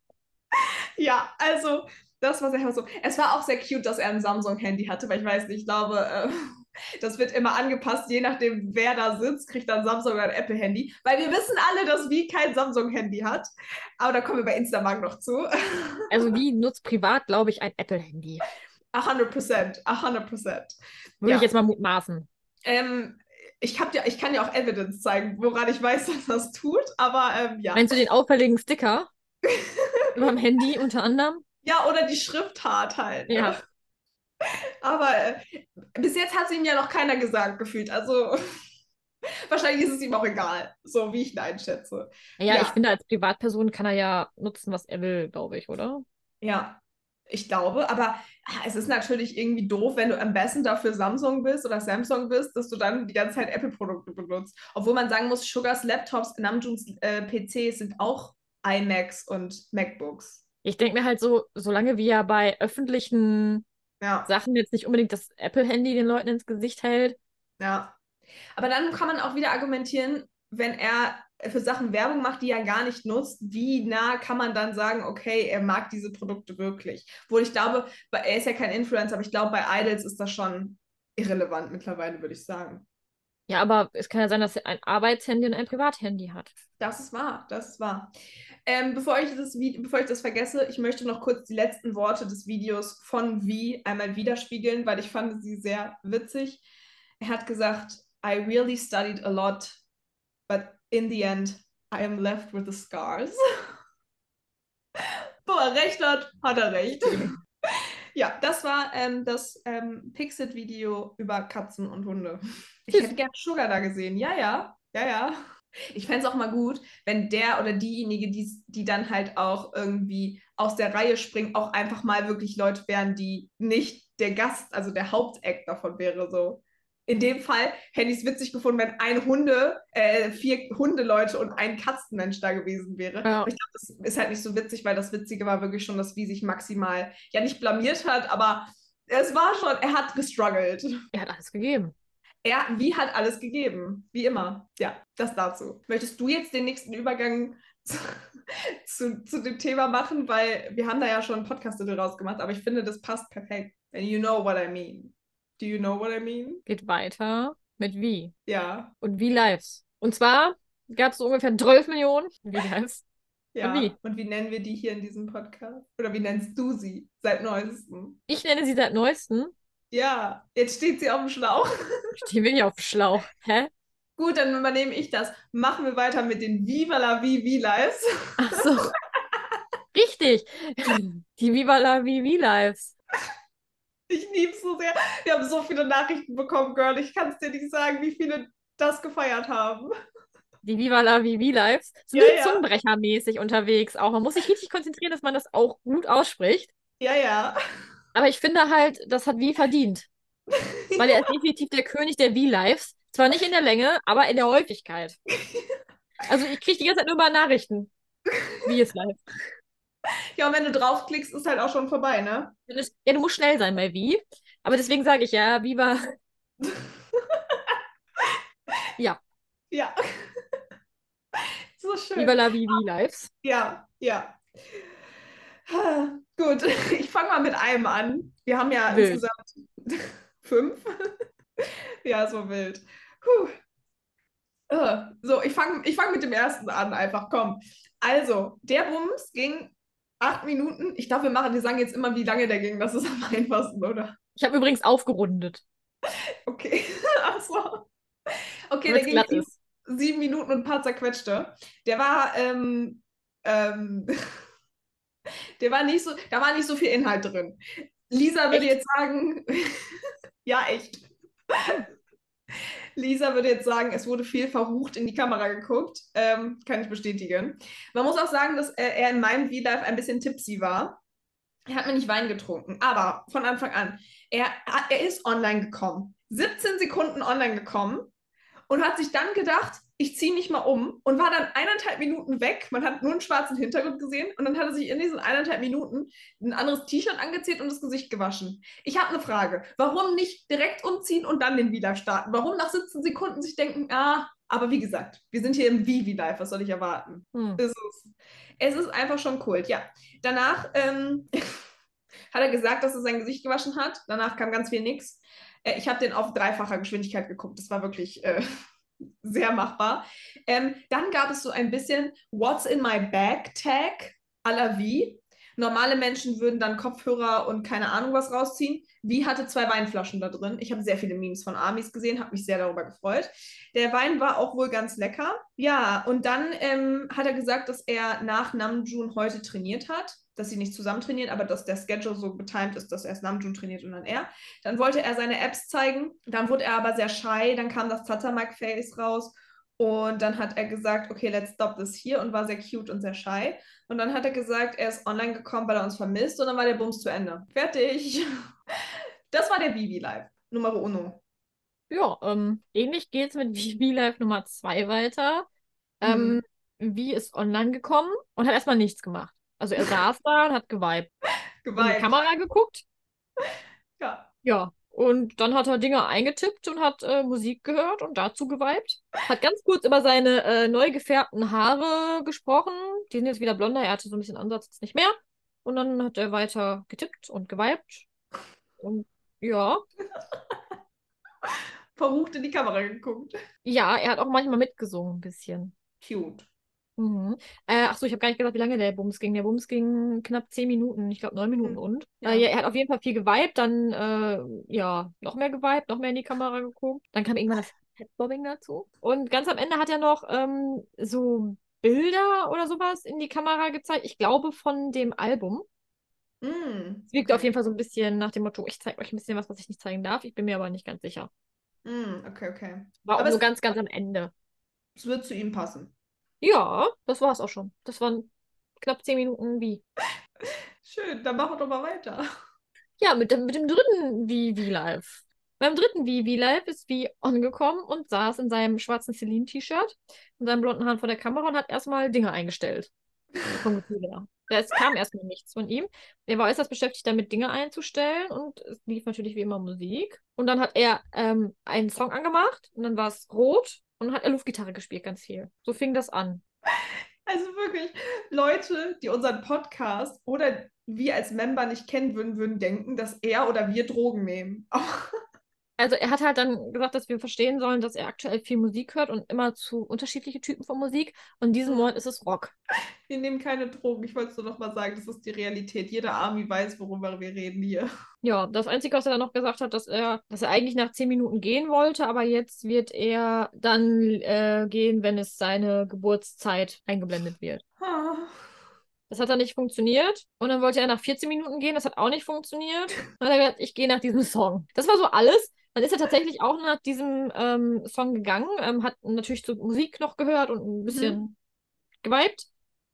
ja, also das war sehr so. Es war auch sehr cute, dass er ein Samsung-Handy hatte, weil ich weiß nicht, ich glaube, äh, das wird immer angepasst, je nachdem, wer da sitzt, kriegt dann Samsung oder ein Apple-Handy. Weil wir wissen alle, dass Wie kein Samsung-Handy hat. Aber da kommen wir bei Instamark noch zu. Also Wie nutzt privat, glaube ich, ein Apple-Handy. hundert Prozent, hundert Prozent. Würde Ja. ich jetzt mal mutmaßen. Ähm, ich, hab ja, ich kann ja auch Evidence zeigen, woran ich weiß, dass das tut, aber ähm, ja. Meinst du den auffälligen Sticker über dem Handy unter anderem? Ja, oder die Schriftart halt. Ne? Ja. Aber äh, bis jetzt hat es ihm ja noch keiner gesagt, gefühlt. Also wahrscheinlich ist es ihm auch egal, so wie ich ihn einschätze. Ja, Ja. ich finde, als Privatperson kann er ja nutzen, was er will, glaube ich, oder? Ja, ich glaube, aber ah, es ist natürlich irgendwie doof, wenn du Ambassador für Samsung bist oder Samsung bist, dass du dann die ganze Zeit Apple-Produkte benutzt. Obwohl man sagen muss, Sugars Laptops, Namjoons äh, P Cs sind auch iMacs und MacBooks. Ich denke mir halt so, solange wir bei öffentlichen Ja, Sachen jetzt nicht unbedingt das Apple-Handy den Leuten ins Gesicht hält. ja. Aber dann kann man auch wieder argumentieren, wenn er für Sachen Werbung macht, die er gar nicht nutzt, wie nah kann man dann sagen, okay, er mag diese Produkte wirklich? Obwohl ich glaube, er ist ja kein Influencer, aber ich glaube, bei Idols ist das schon irrelevant mittlerweile, würde ich sagen. Ja, aber es kann ja sein, dass er ein Arbeitshandy und ein Privathandy hat. Das ist wahr, das ist wahr. Ähm, bevor ich das, bevor ich das vergesse, ich möchte noch kurz die letzten Worte des Videos von V einmal widerspiegeln, weil ich fand sie sehr witzig. Er hat gesagt, I really studied a lot, but in the end, I am left with the scars. Wo er recht hat, hat er recht. Ja, das war ähm, das ähm, Pixit-Video über Katzen und Hunde. Ich hätte gern Sugar da gesehen. Ja, ja, ja, ja. Ich fände es auch mal gut, wenn der oder diejenige, die, die dann halt auch irgendwie aus der Reihe springen, auch einfach mal wirklich Leute wären, die nicht der Gast, also der Hauptakt davon wäre. So. In dem Fall hätte ich es witzig gefunden, wenn ein Hunde, äh, vier Hundeleute und ein Katzenmensch da gewesen wäre. Ja. Aber ich glaube, das ist halt nicht so witzig, weil das Witzige war wirklich schon, dass Wie sich maximal, ja nicht blamiert hat, aber es war schon, er hat gestruggelt. Er hat alles gegeben. Er, Wie hat alles gegeben, wie immer. Ja, das dazu. Möchtest du jetzt den nächsten Übergang zu, zu, zu dem Thema machen? Weil wir haben da ja schon einen Podcast-Titel rausgemacht, aber ich finde, das passt perfekt. And you know what I mean. Do you know what I mean? Geht weiter mit Wie. Ja. Und Wie Lives. Und zwar gab es so ungefähr zwölf Millionen Wie Lives. Ja. Und wie? Und wie nennen wir die hier in diesem Podcast? Oder wie nennst du sie seit neuestem? Ich nenne sie seit neuestem. Ja, jetzt steht sie auf dem Schlauch. Stehen wir nicht auf dem Schlauch. Hä? Gut, dann übernehme ich das. Machen wir weiter mit den Viva la Vie Vie Lives. Ach so. Richtig. Die Viva la Vie Vie Lives. Ich liebe es so sehr. Wir haben so viele Nachrichten bekommen, Girl. Ich kann es dir nicht sagen, wie viele das gefeiert haben. Die Viva la Vie Vie Lives sind Ja, ja, ja. Zungenbrechermäßig unterwegs auch. Man muss sich richtig konzentrieren, dass man das auch gut ausspricht. Ja, ja. Aber ich finde halt, das hat Wie verdient. Weil er ist definitiv der König der Wie-Lives. Zwar nicht in der Länge, aber in der Häufigkeit. Also ich kriege die ganze Zeit nur mal Nachrichten. Wie ist live. Ja, und wenn du draufklickst, ist halt auch schon vorbei, ne? Ja, du musst schnell sein bei Wie. Aber deswegen sage ich ja, Viva. Ja, Ja. So schön. Viva la Vie Vie Lives. Ja, ja. Gut, ich fange mal mit einem an. Wir haben ja Wild. insgesamt fünf. Ja, so wild. Puh. Uh, so, ich fange ich fang mit dem ersten an, einfach, komm. Also, der Bums ging acht Minuten. Ich glaube, wir machen, wir sagen jetzt immer, wie lange der ging. Das ist am einfachsten, oder? Ich habe übrigens aufgerundet, Okay, ach so. Okay, damit der es ging glatt sieben, ist. sieben Minuten und ein paar zerquetschte. Der war, ähm, ähm, der war nicht so, da war nicht so viel Inhalt drin. Lisa würde Echt? jetzt sagen, ja, echt. Lisa würde jetzt sagen, es wurde viel verrucht in die Kamera geguckt. Ähm, kann ich bestätigen. Man muss auch sagen, dass er, er in meinem V-Live ein bisschen tipsy war. Er hat mir nicht Wein getrunken, aber von Anfang an. Er, er ist online gekommen. siebzehn Sekunden online gekommen und hat sich dann gedacht, ich ziehe mich mal um und war dann eineinhalb Minuten weg. Man hat nur einen schwarzen Hintergrund gesehen und dann hat er sich in diesen eineinhalb Minuten ein anderes T-Shirt angezogen und das Gesicht gewaschen. Ich habe eine Frage. Warum nicht direkt umziehen und dann den V-Live starten? Warum nach siebzehn Sekunden sich denken, ah, aber wie gesagt, wir sind hier im V-V-Live, was soll ich erwarten? Hm. Es ist, es ist einfach schon Kult, ja. Danach ähm, hat er gesagt, dass er sein Gesicht gewaschen hat. Danach kam ganz viel nix. Äh, ich habe den auf dreifacher Geschwindigkeit geguckt. Das war wirklich äh, sehr machbar. Ähm, dann gab es so ein bisschen What's in my bag Tag à la Wie. Normale Menschen würden dann Kopfhörer und keine Ahnung was rausziehen. Wie hatte zwei Weinflaschen da drin. Ich habe sehr viele Memes von Amis gesehen, habe mich sehr darüber gefreut. Der Wein war auch wohl ganz lecker. Ja, und dann ähm, hat er gesagt, dass er nach Namjoon heute trainiert hat, dass sie nicht zusammen trainieren, aber dass der Schedule so getimed ist, dass erst Namjoon trainiert und dann er. Dann wollte er seine Apps zeigen, dann wurde er aber sehr shy, dann kam das Tatamak-Face raus und dann hat er gesagt, okay, let's stop this here und war sehr cute und sehr shy. Und dann hat er gesagt, er ist online gekommen, weil er uns vermisst und dann war der Bums zu Ende. Fertig. Das war der Vivi Live, Numero uno. Ja, ähm, ähnlich geht es mit Wie Live Nummer zwei weiter. Ähm, Wie ist online gekommen und hat erstmal nichts gemacht. Also er saß da und hat geweibt. In die Geweiht. Kamera geguckt. Ja. Ja. Und dann hat er Dinge eingetippt und hat äh, Musik gehört und dazu geweibt. Hat ganz kurz über seine äh, neu gefärbten Haare gesprochen. Die sind jetzt wieder blonder. Er hatte so ein bisschen Ansatz, jetzt nicht mehr. Und dann hat er weiter getippt und geweibt. Und ja. Verrucht in die Kamera geguckt. Ja, er hat auch manchmal mitgesungen, ein bisschen. Cute. Mhm. Äh, ach so, ich habe gar nicht gesagt, wie lange der Bums ging. Der Bums ging knapp zehn Minuten, ich glaube neun Minuten Mhm. und. Ja. Äh, ja, er hat auf jeden Fall viel geweibt, dann äh, ja, noch mehr geweibt, noch mehr in die Kamera geguckt. Dann kam irgendwann das Headbobbing dazu. Und ganz am Ende hat er noch ähm, so Bilder oder sowas in die Kamera gezeigt. Ich glaube von dem Album. Mm, Es wirkte okay. auf jeden Fall so ein bisschen nach dem Motto, ich zeige euch ein bisschen was, was ich nicht zeigen darf. Ich bin mir aber nicht ganz sicher. Mm, okay, okay. War auch Aber nur es, ganz, ganz am Ende. es wird zu ihm passen. Ja, das war es auch schon. Das waren knapp zehn Minuten wie. Schön, dann machen wir doch mal weiter. Ja, mit dem, mit dem dritten V V Live. Beim dritten V V Live ist V angekommen und saß in seinem schwarzen Celine-T-Shirt und seinen blonden Haaren vor der Kamera und hat erstmal Dinge eingestellt. Vom Gefühl her. Ja, es kam erstmal nichts von ihm. Er war äußerst beschäftigt damit, Dinge einzustellen und es lief natürlich wie immer Musik. Und dann hat er ähm, einen Song angemacht und dann war es rot und dann hat er Luftgitarre gespielt, ganz viel. So fing das an. Also wirklich, Leute, die unseren Podcast oder wir als Member nicht kennen würden, würden denken, dass er oder wir Drogen nehmen. Also er hat halt dann gesagt, dass wir verstehen sollen, dass er aktuell viel Musik hört und immer zu unterschiedliche Typen von Musik. Und in diesem Monat ist es Rock. Wir nehmen keine Drogen. Ich wollte es nur noch mal sagen, das ist die Realität. Jeder Army weiß, worüber wir reden hier. Ja, das Einzige, was er dann noch gesagt hat, dass er, dass er eigentlich nach zehn Minuten gehen wollte, aber jetzt wird er dann äh, gehen, wenn es seine Geburtszeit eingeblendet wird. Ah. Das hat dann nicht funktioniert. Und dann wollte er nach vierzehn Minuten gehen, das hat auch nicht funktioniert. Dann hat er gesagt, ich gehe nach diesem Song. Das war so alles. Dann ist er tatsächlich auch nach diesem ähm, Song gegangen, ähm, hat natürlich so Musik noch gehört und ein bisschen Mhm. geweibt.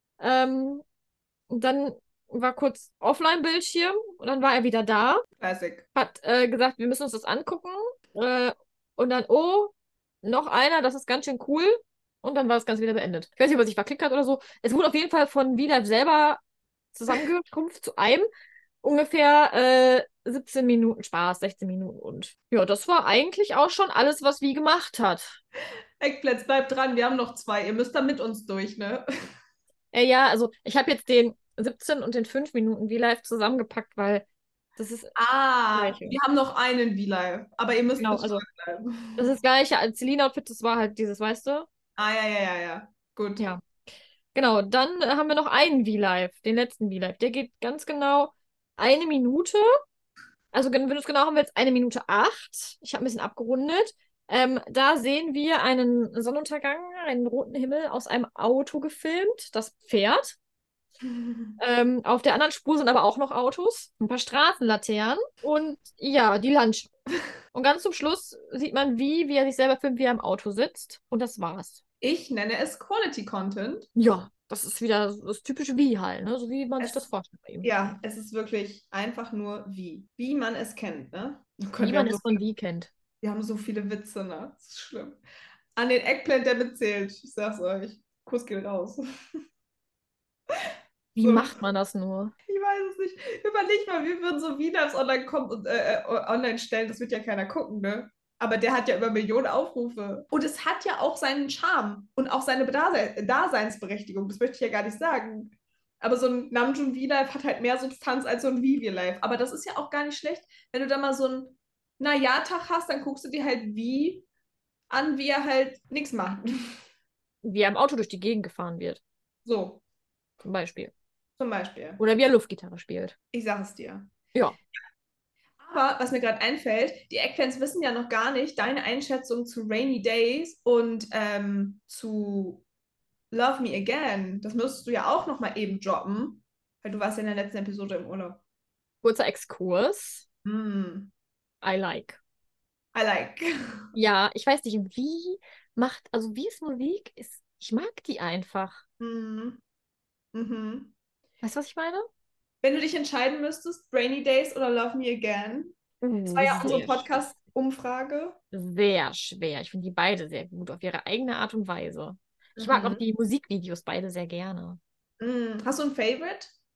Ähm, und dann war kurz Offline-Bildschirm und dann war er wieder da, Classic. hat äh, gesagt, wir müssen uns das angucken. Äh, und dann, oh, noch einer, das ist ganz schön cool. Und dann war das Ganze wieder beendet. Ich weiß nicht, ob er sich verklickt hat oder so. Es wurde auf jeden Fall von V-Live selber zusammengeschrumpft zu einem. Ungefähr äh, siebzehn Minuten Spaß, sechzehn Minuten und. Ja, das war eigentlich auch schon alles, was Vi gemacht hat. Eggplants, bleibt dran, wir haben noch zwei. Ihr müsst da mit uns durch, ne? Äh, ja, also ich habe jetzt den siebzehn und den fünf Minuten V-Live zusammengepackt, weil das ist Ah, Gleiche. wir haben noch einen V-Live, aber ihr müsst Genau, bitte also dranbleiben. das ist das gleiche als Celine-Outfit, das war halt dieses, weißt du? Ah, ja, ja, ja, ja. Gut. Ja. Genau, dann äh, haben wir noch einen V-Live, den letzten V-Live. Der geht ganz genau eine Minute. Also wenn es genau haben wir jetzt eine Minute acht. Ich habe ein bisschen abgerundet. Ähm, da sehen wir einen Sonnenuntergang, einen roten Himmel aus einem Auto gefilmt, das Pferd. Ähm, auf der anderen Spur sind aber auch noch Autos, ein paar Straßenlaternen und ja, die Landschaft. Und ganz zum Schluss sieht man, wie, wie er sich selber filmt, wie er im Auto sitzt. Und das war's. Ich nenne es Quality Content. Ja, das ist wieder das typische Wie halt, ne? So wie man sich Es- das vorstellt bei ihm. Ja, es ist wirklich einfach nur wie. Wie man es kennt, ne? Oh Gott, Wie wir man haben es so, von Wie kennt. wir haben so viele Witze, ne? Das ist schlimm. An den Eggplant, der mitzählt. Ich sag's euch. Kuss geht raus. Wie So. macht man das nur? Ich weiß es nicht. Überleg mal, wir würden so V-Lives online kommen und äh, äh, online stellen. Das wird ja keiner gucken, ne? Aber der hat ja über Millionen Aufrufe. Und es hat ja auch seinen Charme und auch seine Dase Daseinsberechtigung. Das möchte ich ja gar nicht sagen. Aber so ein Namjoon V-Live hat halt mehr Substanz als so ein Vivi-Live. Aber das ist ja auch gar nicht schlecht. Wenn du da mal so einen Na-Ja-Tag hast, dann guckst du dir halt wie an, wie er halt nichts macht. Wie er im Auto durch die Gegend gefahren wird, So, zum Beispiel. zum Beispiel. Oder wie er Luftgitarre spielt. Ich sag es dir. Ja. Aber was mir gerade einfällt, die Eggplants wissen ja noch gar nicht deine Einschätzung zu Rainy Days und ähm, zu Love Me Again. Das müsstest du ja auch noch mal eben droppen, weil du warst ja in der letzten Episode im Urlaub. Kurzer Exkurs. Mm, I like. I like. Ja, ich weiß nicht, wie macht, also wie ist Musik? Ist, ich mag die einfach. Mm, mhm. Weißt du, was ich meine? Wenn du dich entscheiden müsstest, Rainy Days oder Love Me Again, das war ja unsere Sehr Podcast-Umfrage. Sehr schwer. Ich finde die beide sehr gut, auf ihre eigene Art und Weise. Ich mag auch Mhm. die Musikvideos beide sehr gerne. Mm, hast du ein Favorite?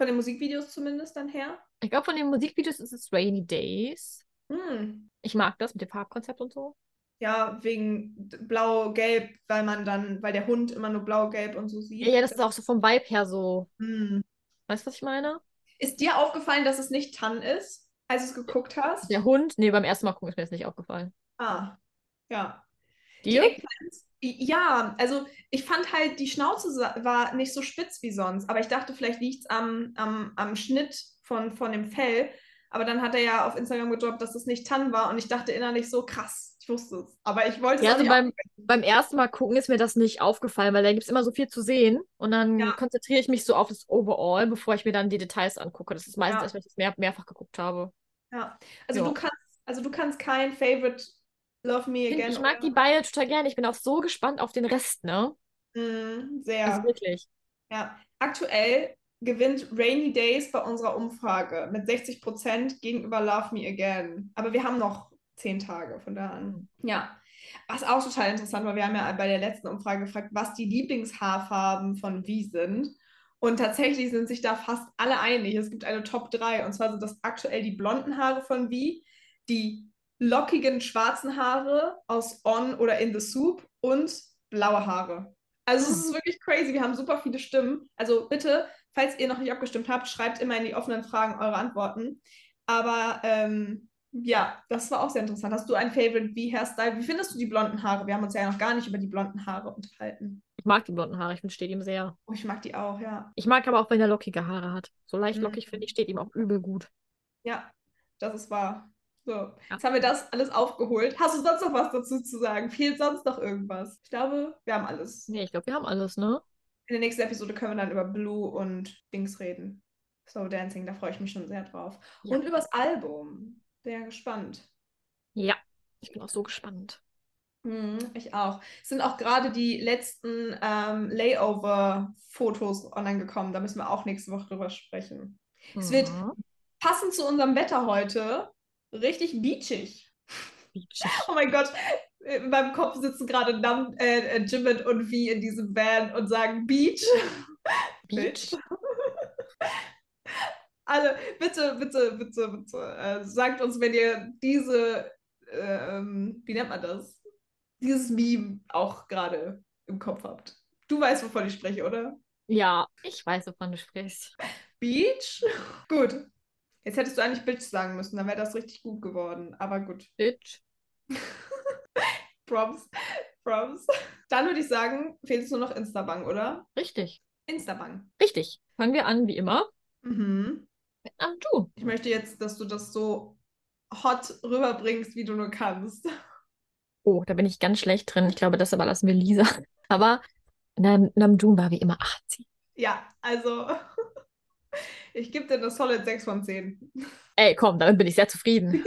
Von den Musikvideos zumindest dann her. Ich glaube, von den Musikvideos ist es Rainy Days. Hm. Ich mag das mit dem Farbkonzept und so. Ja, wegen blau-gelb, weil man dann, weil der Hund immer nur blau-gelb und so sieht. Ja, ja, das ist auch so vom Vibe her so. Hm. Weißt du, was ich meine? Ist dir aufgefallen, dass es nicht Tan ist, als du es geguckt hast? Der Hund? Nee, beim ersten Mal gucken ist mir das nicht aufgefallen. Ah, ja. Die Dir? Eggplants, ja, also ich fand halt, die Schnauze sa- war nicht so spitz wie sonst, aber ich dachte, vielleicht liegt es am, am, am Schnitt von, von dem Fell. Aber dann hat er ja auf Instagram gedroppt, dass es nicht Tan war und ich dachte innerlich so, krass, ich wusste es. Aber ich wollte es Ja, auch also nicht beim, beim ersten Mal gucken ist mir das nicht aufgefallen, weil da gibt es immer so viel zu sehen. Und dann Ja. konzentriere ich mich so auf das Overall, bevor ich mir dann die Details angucke. Das ist meistens Ja. erst, wenn ich das mehr, mehrfach geguckt habe. Ja, also Ja. du kannst, also du kannst kein Favorite Love Me Ich, Again. ich mag oder- die beide total gerne. Ich bin auch so gespannt auf den Rest, ne? Mm, sehr. Also wirklich. Ja. Aktuell gewinnt Rainy Days bei unserer Umfrage mit sechzig Prozent gegenüber Love Me Again. Aber wir haben noch zehn Tage von da an. Ja. Was auch total interessant war, wir haben ja bei der letzten Umfrage gefragt, was die Lieblingshaarfarben von Wie sind. Und tatsächlich sind sich da fast alle einig. Es gibt eine Top drei. Und zwar sind das aktuell die blonden Haare von Wie, die lockigen schwarzen Haare aus On oder In the Soup und blaue Haare. Also es ist wirklich crazy. Wir haben super viele Stimmen. Also bitte, falls ihr noch nicht abgestimmt habt, schreibt immer in die offenen Fragen eure Antworten. Aber ähm, ja, das war auch sehr interessant. Hast du ein Favorite Wie-Hairstyle? Wie findest du die blonden Haare? Wir haben uns ja noch gar nicht über die blonden Haare unterhalten. Ich mag die blonden Haare, ich finde, steht ihm sehr. Oh, ich mag die auch, ja. Ich mag aber auch, wenn er lockige Haare hat. So leicht Mhm. lockig, finde ich, steht ihm auch übel gut. Ja, das ist wahr. So, jetzt haben wir das alles aufgeholt. Hast du sonst noch was dazu zu sagen? Fehlt sonst noch irgendwas? Ich glaube, wir haben alles. Nee, ich glaube, wir haben alles, ne? In der nächsten Episode können wir dann über Blue und Dings reden. Slow Dancing, da freue ich mich schon sehr drauf. Ja. Und übers Album. Sehr gespannt. Ja, ich bin auch so gespannt. Hm, ich auch. Es sind auch gerade die letzten ähm, Layover-Fotos online gekommen. Da müssen wir auch nächste Woche drüber sprechen. Es wird Mhm. passend zu unserem Wetter heute richtig beachig. Oh mein Gott, in meinem Kopf sitzen gerade Nam, äh, Jimin und Vi in diesem Van und sagen Beach. Beach? Alle, bitte, bitte, bitte, bitte, äh, sagt uns, wenn ihr diese, äh, ähm, wie nennt man das? Dieses Meme auch gerade im Kopf habt. Du weißt, wovon ich spreche, oder? Ja, ich weiß, wovon du sprichst. Beach? Gut. Jetzt hättest du eigentlich Bitch sagen müssen, dann wäre das richtig gut geworden. Aber gut. Bitch. Props. Props. Dann würde ich sagen, fehlt es nur noch Instabang, oder? Richtig. Instabang. Richtig. Fangen wir an, wie immer. Mhm. Ah, du. Ich möchte jetzt, dass du das so hot rüberbringst, wie du nur kannst. Oh, da bin ich ganz schlecht drin. Ich glaube, das überlassen wir Lisa. Aber Nam Namjoon war wie immer achtzehn. Ja, also ich gebe dir eine solid sechs von zehn. Ey, komm, damit bin ich sehr zufrieden.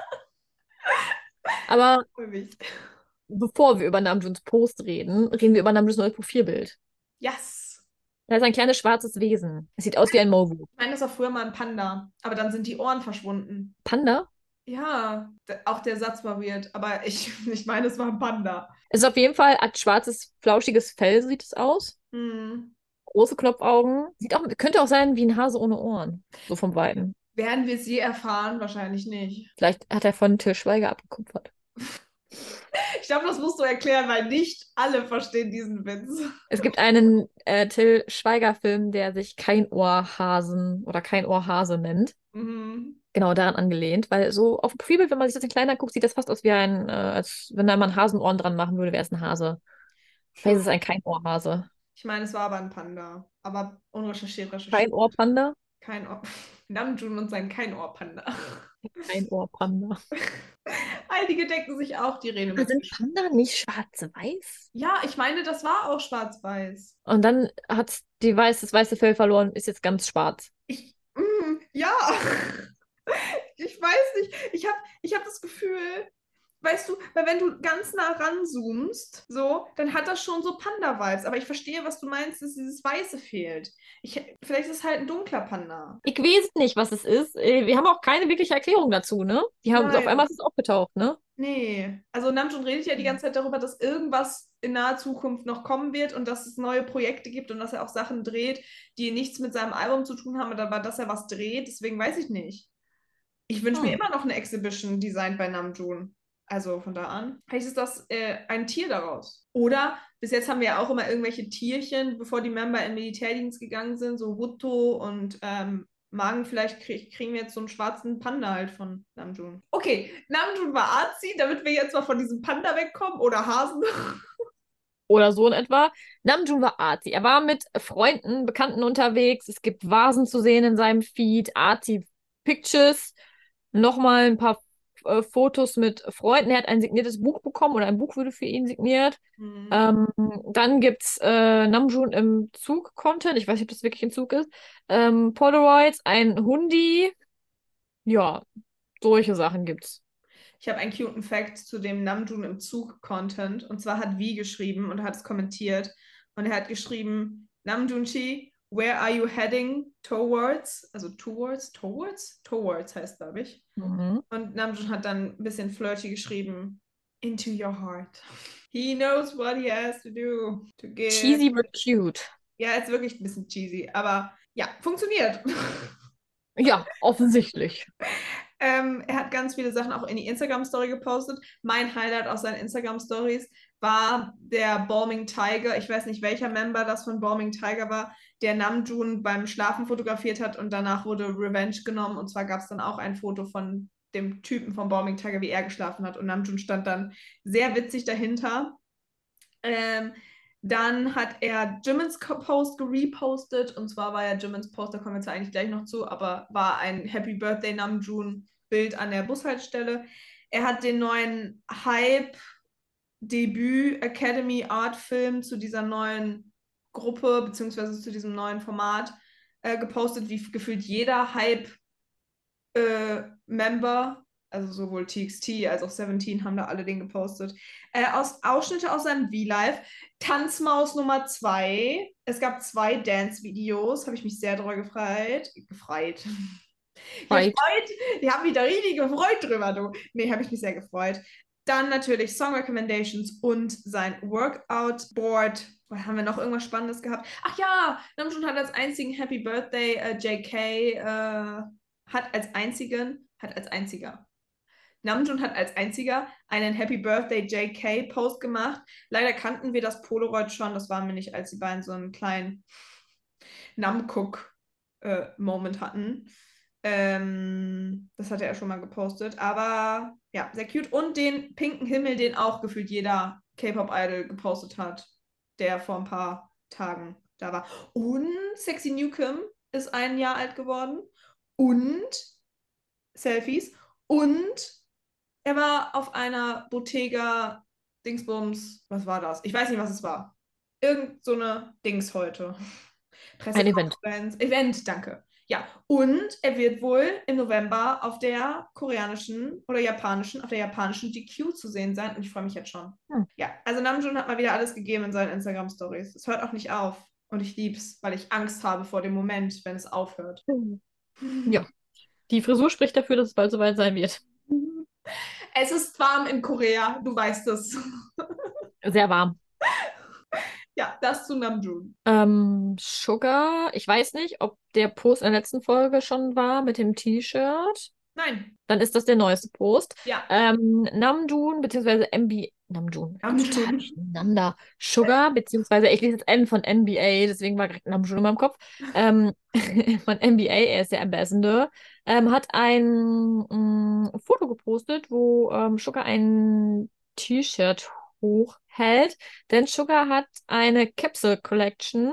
Aber Für mich. bevor wir über Namjoons Post reden, reden wir über Namjoons neues Profilbild. Yes. Da ist ein kleines schwarzes Wesen. Es sieht aus wie ein Mowu. Ich meine, das war früher mal ein Panda, aber dann sind die Ohren verschwunden. Panda? Ja, d- auch der Satz war weird, aber ich, ich meine, es war ein Panda. Es ist auf jeden Fall, hat schwarzes, flauschiges Fell, sieht es aus. Hm. Große Knopfaugen. Sieht auch, könnte auch sein wie ein Hase ohne Ohren. So vom Weiten. Werden wir es je erfahren? Wahrscheinlich nicht. Vielleicht hat er von Til Schweiger abgekupfert. Ich glaube, das musst du erklären, weil nicht alle verstehen diesen Witz. Es gibt einen äh, Til Schweiger-Film, der sich Kein Ohrhasen oder Kein Ohrhase nennt. Mhm. Genau daran angelehnt, weil so auf dem Profilbild, wenn man sich das in kleiner guckt, sieht das fast aus wie ein, äh, als wenn da mal ein Hasenohren dran machen würde, wäre es ein Hase. Vielleicht ist es ein Kein-Ohrhase. Ich meine, es war aber ein Panda. Aber unrecherchiert, recherchiert. Kein Ohrpanda? Kein Ohr. Namjoon und sein Kein-Ohr-Panda. Kein Ohrpanda. Einige denken sich auch, die reden Aber über sind Panda nicht schwarz-weiß? Ja, ich meine, das war auch schwarz-weiß. Und dann hat die weiß, das weiße Fell verloren, ist jetzt ganz schwarz. Ich, mm, ja, ich weiß nicht. Ich habe ich hab das Gefühl, weißt du, weil wenn du ganz nah ranzoomst, so, dann hat das schon so Panda-Vibes. Aber ich verstehe, was du meinst, dass dieses Weiße fehlt. Ich, vielleicht ist es halt ein dunkler Panda. Ich weiß nicht, was es ist. Äh, Wir haben auch keine wirkliche Erklärung dazu, ne? Die haben, Nein. auf einmal ist es aufgetaucht, ne? Nee. Also Namjoon redet ja die ganze Zeit darüber, dass irgendwas in naher Zukunft noch kommen wird und dass es neue Projekte gibt und dass er auch Sachen dreht, die nichts mit seinem Album zu tun haben, aber dass er was dreht. Deswegen weiß ich nicht. Ich wünsche mir Hm. immer noch eine Exhibition designt bei Namjoon. Also von da an. Vielleicht ist das äh, ein Tier daraus. Oder bis jetzt haben wir ja auch immer irgendwelche Tierchen, bevor die Member in Militärdienst gegangen sind, so Wutto und ähm, Magen, vielleicht krieg, kriegen wir jetzt so einen schwarzen Panda halt von Namjoon. Okay, Namjoon war Arzi, damit wir jetzt mal von diesem Panda wegkommen oder Hasen. Oder so in etwa. Namjoon war Arzi. Er war mit Freunden, Bekannten unterwegs. Es gibt Vasen zu sehen in seinem Feed, Arzi-Pictures, nochmal ein paar äh, Fotos mit Freunden. Er hat ein signiertes Buch bekommen oder ein Buch wurde für ihn signiert. Hm. Ähm, dann gibt es äh, Namjoon im Zug-Content. Ich weiß nicht, ob das wirklich ein Zug ist. Ähm, Polaroids, ein Hundi. Ja, solche Sachen gibt's. Ich habe einen cuten Fact zu dem Namjoon im Zug-Content. Und zwar hat Vi geschrieben und hat es kommentiert. Und er hat geschrieben, Namjoon-chi, where are you heading towards? Also towards, towards? Towards heißt, glaube ich. Mhm. Und Namjoon hat dann ein bisschen flirty geschrieben, into your heart. He knows what he has to do to get... Cheesy but cute. Ja, ist wirklich ein bisschen cheesy, aber ja, funktioniert. Ja, offensichtlich. Ähm, er hat ganz viele Sachen auch in die Instagram-Story gepostet. Mein Highlight aus seinen Instagram-Stories war der Balming Tiger. Ich weiß nicht, welcher Member das von Balming Tiger war, der Namjoon beim Schlafen fotografiert hat und danach wurde Revenge genommen. Und zwar gab es dann auch ein Foto von dem Typen von Balming Tiger, wie er geschlafen hat. Und Namjoon stand dann sehr witzig dahinter. Ähm, Dann hat er Jimin's Post gerepostet. Und zwar war ja Jimin's Post, da kommen wir zwar eigentlich gleich noch zu, aber war ein Happy Birthday Namjoon Bild an der Bushaltestelle. Er hat den neuen Hype Debüt Academy Art Film zu dieser neuen Gruppe beziehungsweise zu diesem neuen Format äh, gepostet, wie gefühlt jeder Hype äh, Member, also sowohl T X T als auch Seventeen haben da alle den gepostet. Äh, aus, Ausschnitte aus seinem V-Live. Tanzmaus Nummer zwei. Es gab zwei Dance-Videos, habe ich mich sehr darüber gefreut. Gefreut. Right. Gefreut. Die haben mich da richtig gefreut drüber, du. Nee, habe ich mich sehr gefreut. Dann natürlich Song Recommendations und sein Workout Board. Haben wir noch irgendwas Spannendes gehabt? Ach ja, Namjoon hat als einzigen Happy Birthday äh, J K äh, hat als einzigen, hat als einziger. Namjoon hat als einziger einen Happy Birthday J K Post gemacht. Leider kannten wir das Polaroid schon, das waren wir nicht, als die beiden so einen kleinen Namcook äh, Moment hatten. Ähm, das hatte er schon mal gepostet, aber ja, sehr cute. Und den pinken Himmel, den auch gefühlt jeder K-Pop-Idol gepostet hat, der vor ein paar Tagen da war. Und Sexy Newcomb ist ein Jahr alt geworden. Und Selfies. Und er war auf einer Bottega Dingsbums. Was war das? Ich weiß nicht, was es war. Irgend so eine Dings heute. Ein Event. Event, danke. Ja, und er wird wohl im November auf der koreanischen oder japanischen, auf der japanischen G Q zu sehen sein. Und ich freue mich jetzt schon. Hm. Ja, also Namjoon hat mal wieder alles gegeben in seinen Instagram-Stories. Es hört auch nicht auf. Und ich lieb's, weil ich Angst habe vor dem Moment, wenn es aufhört. Ja. Die Frisur spricht dafür, dass es bald soweit sein wird. Es ist warm in Korea, du weißt es. Sehr warm. Ja, das zu Namjoon. Ähm, Sugar, ich weiß nicht, ob der Post in der letzten Folge schon war mit dem T-Shirt. Nein. Dann ist das der neueste Post. Ja. Ähm, Namjoon, beziehungsweise M B A, Namjoon. Namjoon. Namda. Sugar, beziehungsweise ich lese jetzt N von N B A, deswegen war direkt Namjoon in meinem Kopf. Ähm, von N B A, er ist der Ambassador, ähm, hat ein mm, Foto gepostet, wo ähm, Sugar ein T-Shirt hochhält, denn Sugar hat eine Capsule Collection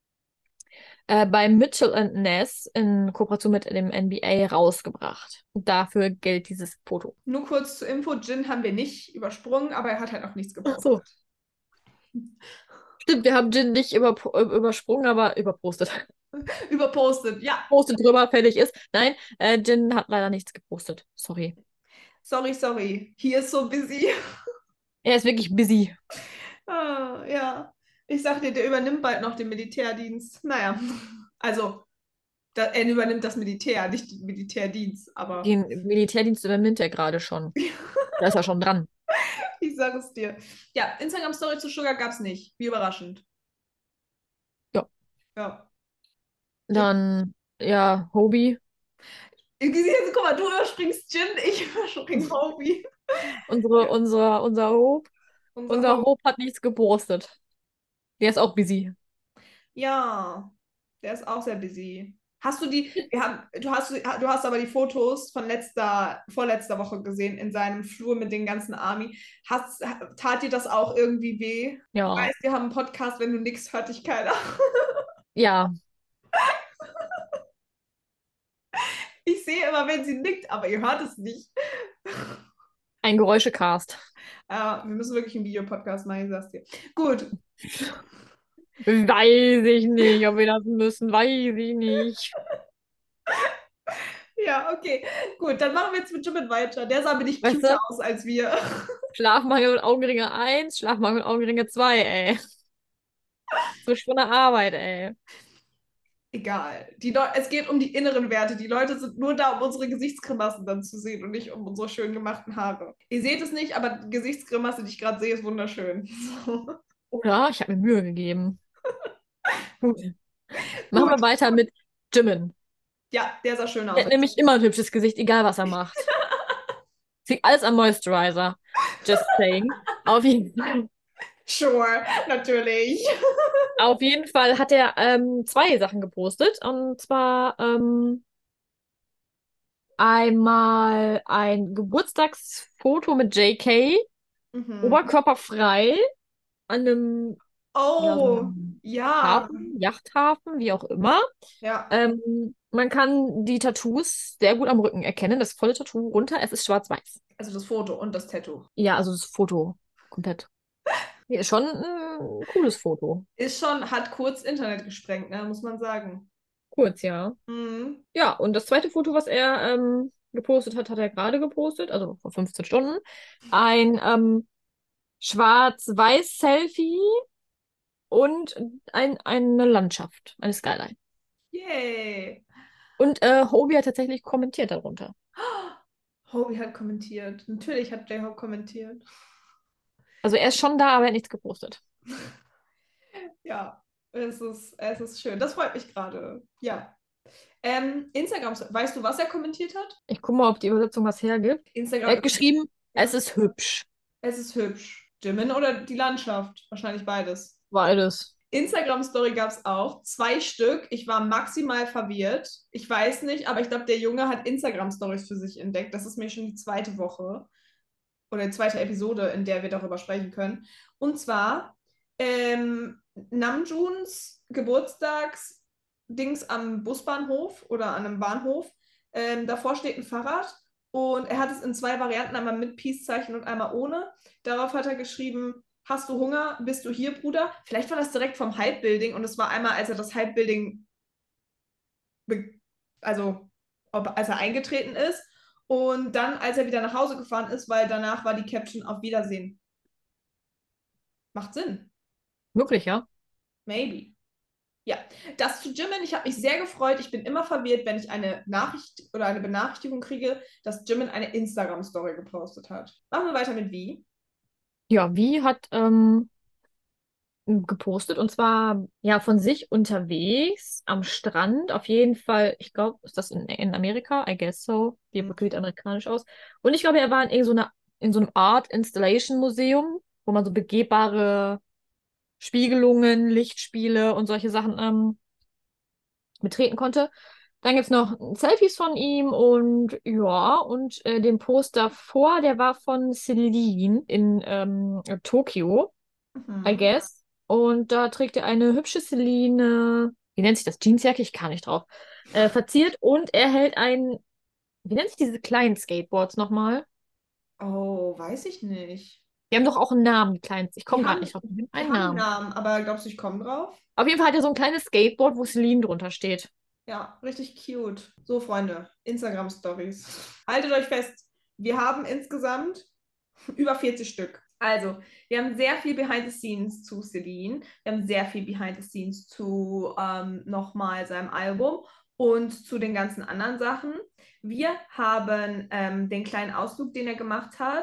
äh, bei Mitchell and Ness in Kooperation mit dem N B A rausgebracht. Und dafür gilt dieses Foto. Nur kurz zur Info, Jin haben wir nicht übersprungen, aber er hat halt auch nichts Ach gepostet. so. Stimmt, wir haben Jin nicht über, übersprungen, aber überpostet. Überpostet, ja. Postet drüber, fertig ist. Nein, äh, Jin hat leider nichts gepostet. Sorry. Sorry, sorry. He is so busy. Er ist wirklich busy. Ah, ja. Ich sag dir, der übernimmt bald noch den Militärdienst. Naja, also da, er übernimmt das Militär, nicht den Militärdienst, aber Den Militärdienst übernimmt er gerade schon. Da ist er schon dran. Ich sage es dir. Ja, Instagram-Story zu Sugar gab es nicht. Wie überraschend. Ja. Ja. Dann, ja, Hobie. Jetzt, guck mal, du überspringst Jin, ich überspringe Hobie. Unsere, unser, unser Hope. Unser Unser Hope. Hope hat nichts gepostet. Der ist auch busy. Ja, der ist auch sehr busy. Hast du die, wir haben, du hast, du hast aber die Fotos von letzter, vorletzter Woche gesehen in seinem Flur mit den ganzen Army. Hast, tat dir das auch irgendwie weh? Ich Ja. weiß, wir haben einen Podcast, wenn du nix hört dich keiner. Ja. Ich sehe immer, wenn sie nickt, aber ihr hört es nicht. Ein Geräuschecast. Äh, wir müssen wirklich einen Videopodcast machen, ich sag's dir. Gut. Weiß ich nicht, ob wir das müssen. Weiß ich nicht. Ja, okay. Gut, dann machen wir jetzt mit Jimin weiter. Der sah aber nicht Weißt cuter du? aus als wir. Schlafmangel und Augenringe eins, Schlafmangel und Augenringe zwei, ey. So schöne Arbeit, ey. Egal. Die Leu es geht um die inneren Werte. Die Leute sind nur da, um unsere Gesichtsgrimassen dann zu sehen und nicht um unsere schön gemachten Haare. Ihr seht es nicht, aber die Gesichtsgrimasse, die ich gerade sehe, ist wunderschön. So. Oder? Ich habe mir Mühe gegeben. Gut. Machen wir weiter mit Jimin. Ja, der sah schön aus. Der hat nämlich immer ein hübsches Gesicht, egal was er macht. Liegt alles am Moisturizer. Just saying. Auf jeden Fall. Sure, natürlich. Auf jeden Fall hat er ähm, zwei Sachen gepostet. Und zwar ähm, einmal ein Geburtstagsfoto mit J K, Mhm. oberkörperfrei, an einem, ja, so Oh, einem ja. Hafen, Yachthafen, wie auch immer. Ja. Ähm, man kann die Tattoos sehr gut am Rücken erkennen. Das volle Tattoo runter, es ist schwarz-weiß. Also das Foto und das Tattoo. Ja, also das Foto komplett. Hier ist schon ein cooles Foto. Ist schon, hat kurz Internet gesprengt, ne, muss man sagen. Kurz, ja. Mhm. Ja, und das zweite Foto, was er ähm, gepostet hat, hat er gerade gepostet, also vor fünfzehn Stunden. Ein ähm, Schwarz-Weiß-Selfie und ein, eine Landschaft, eine Skyline. Yay. Und äh, Hobie hat tatsächlich kommentiert darunter. Hobie hat kommentiert. Natürlich hat J-Hope kommentiert. Also er ist schon da, aber er hat nichts gepostet. Ja, es ist, es ist schön. Das freut mich gerade. Ja. Ähm, Instagram, weißt du, was er kommentiert hat? Ich gucke mal, ob die Übersetzung was hergibt. Instagram. Er hat geschrieben, Ja. es ist hübsch. Es ist hübsch. Jimin oder die Landschaft? Wahrscheinlich beides. Beides. Instagram-Story gab es auch. Zwei Stück. Ich war maximal verwirrt. Ich weiß nicht, aber ich glaube, der Junge hat Instagram-Stories für sich entdeckt. Das ist mir schon die zweite Woche oder die zweite Episode, in der wir darüber sprechen können. Und zwar ähm, Namjoons Geburtstagsdings am Busbahnhof oder an einem Bahnhof. Ähm, davor steht ein Fahrrad und er hat es in zwei Varianten, einmal mit Peace-Zeichen und einmal ohne. Darauf hat er geschrieben, hast du Hunger? Bist du hier, Bruder? Vielleicht war das direkt vom Hype-Building und es war einmal, als er das Hype-Building, also ob, als er eingetreten ist und dann, als er wieder nach Hause gefahren ist, weil danach war die Caption auf Wiedersehen. Macht Sinn. Wirklich, ja? Maybe. Ja, das zu Jimin. Ich habe mich sehr gefreut. Ich bin immer verwirrt, wenn ich eine Nachricht oder eine Benachrichtigung kriege, dass Jimin eine Instagram-Story gepostet hat. Machen wir weiter mit Vi. Ja, Vi hat ähm, gepostet und zwar ja von sich unterwegs am Strand. Auf jeden Fall, ich glaube, ist das in, in Amerika? I guess so. Die Mhm. sieht amerikanisch aus. Und ich glaube, er war in irgend so einer, in so einem Art Installation Museum, wo man so begehbare Spiegelungen, Lichtspiele und solche Sachen ähm, betreten konnte. Dann gibt es noch Selfies von ihm und ja, und äh, den Post davor, der war von Celine in ähm, Tokio, I Mhm. guess. Und da trägt er eine hübsche Celine, wie nennt sich das? Jeansjacke? Ich kann nicht drauf. Äh, verziert und er hält ein, wie nennt sich diese kleinen Skateboards nochmal? Oh, weiß ich nicht. Die haben doch auch einen Namen, die kleinen. Ich komme Die gerade haben, nicht drauf. Die haben die einen haben einen Namen. Namen, aber glaubst du, ich komme drauf? Auf jeden Fall hat er so ein kleines Skateboard, wo Celine drunter steht. Ja, richtig cute. So, Freunde, Instagram-Stories. Haltet euch fest, wir haben insgesamt über vierzig Stück. Also, wir haben sehr viel Behind the Scenes zu Celine. Wir haben sehr viel Behind the Scenes zu ähm, nochmal seinem Album und zu den ganzen anderen Sachen. Wir haben ähm, den kleinen Ausflug, den er gemacht hat,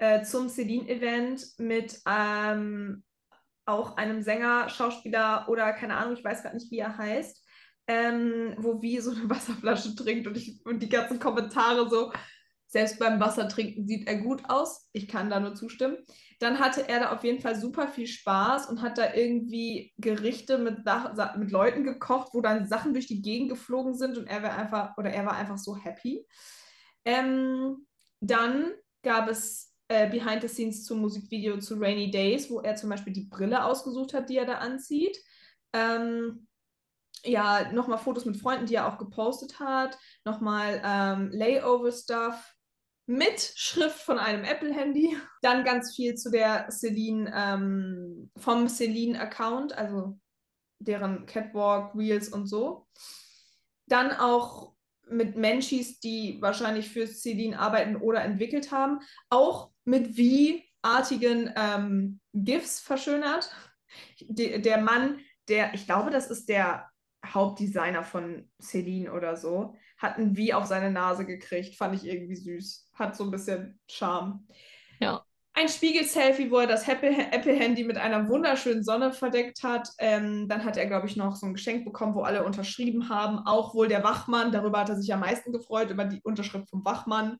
äh, zum Celine-Event mit ähm, auch einem Sänger, Schauspieler oder keine Ahnung, ich weiß gerade nicht, wie er heißt, ähm, wo wie so eine Wasserflasche trinkt und, ich, und die ganzen Kommentare so, selbst beim Wassertrinken sieht er gut aus. Ich kann da nur zustimmen. Dann hatte er da auf jeden Fall super viel Spaß und hat da irgendwie Gerichte mit, mit Leuten gekocht, wo dann Sachen durch die Gegend geflogen sind und er war einfach, oder er war einfach so happy. Ähm, dann gab es äh, Behind the Scenes zum Musikvideo zu Rainy Days, wo er zum Beispiel die Brille ausgesucht hat, die er da anzieht. Ähm, ja, nochmal Fotos mit Freunden, die er auch gepostet hat. Nochmal ähm, Layover-Stuff mit Schrift von einem Apple-Handy. Dann ganz viel zu der Celine, ähm, vom Celine-Account, also deren Catwalk, Reels und so. Dann auch mit Menschis, die wahrscheinlich für Celine arbeiten oder entwickelt haben. Auch mit wie-artigen ähm, GIFs verschönert. De der Mann, der, ich glaube, das ist der Hauptdesigner von Celine oder so, hat ein Wie auf seine Nase gekriegt. Fand ich irgendwie süß. Hat so ein bisschen Charme. Ja. Ein Spiegel-Selfie, wo er das Apple-Handy mit einer wunderschönen Sonne verdeckt hat. Ähm, dann hat er, glaube ich, noch so ein Geschenk bekommen, wo alle unterschrieben haben. Auch wohl der Wachmann. Darüber hat er sich am meisten gefreut, über die Unterschrift vom Wachmann.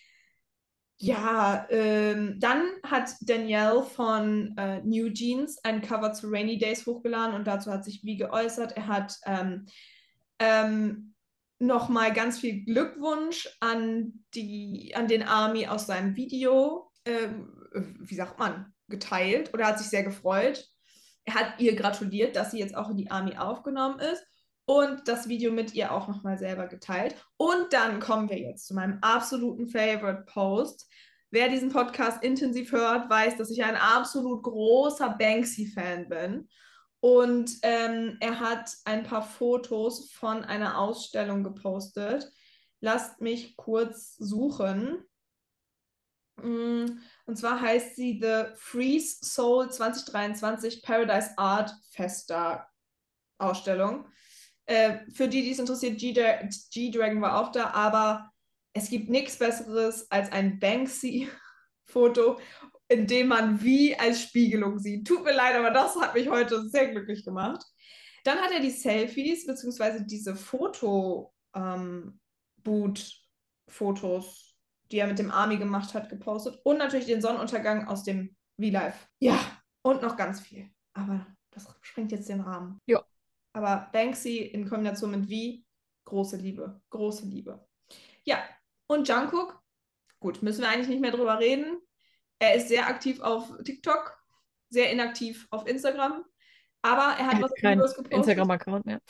Ja, ähm, dann hat Danielle von äh, New Jeans ein Cover zu Rainy Days hochgeladen und dazu hat sich wie geäußert. Er hat ähm, ähm, nochmal ganz viel Glückwunsch an, die, an den Army aus seinem Video, ähm, wie sagt man, geteilt oder hat sich sehr gefreut. Er hat ihr gratuliert, dass sie jetzt auch in die Army aufgenommen ist und das Video mit ihr auch nochmal selber geteilt. Und dann kommen wir jetzt zu meinem absoluten Favorite-Post. Wer diesen Podcast intensiv hört, weiß, dass ich ein absolut großer Banksy-Fan bin. Und ähm, er hat ein paar Fotos von einer Ausstellung gepostet. Lasst mich kurz suchen. Und zwar heißt sie The Freeze Soul zwanzig dreiundzwanzig Paradise Art Festa Ausstellung. Äh, für die, die es interessiert, G-Dragon war auch da, aber es gibt nichts Besseres als ein Banksy-Foto, in dem man wie als Spiegelung sieht. Tut mir leid, aber das hat mich heute sehr glücklich gemacht. Dann hat er die Selfies, beziehungsweise diese Foto-Boot-Fotos, ähm, die er mit dem Army gemacht hat, gepostet. Und natürlich den Sonnenuntergang aus dem V-Live. Ja, und noch ganz viel. Aber das sprengt jetzt den Rahmen. Ja. Aber Banksy in Kombination mit V, große Liebe. Große Liebe. Ja, und Jungkook, gut, müssen wir eigentlich nicht mehr drüber reden. Er ist sehr aktiv auf TikTok, sehr inaktiv auf Instagram. Aber er hat was Videos gepostet. Instagram-Account mehr.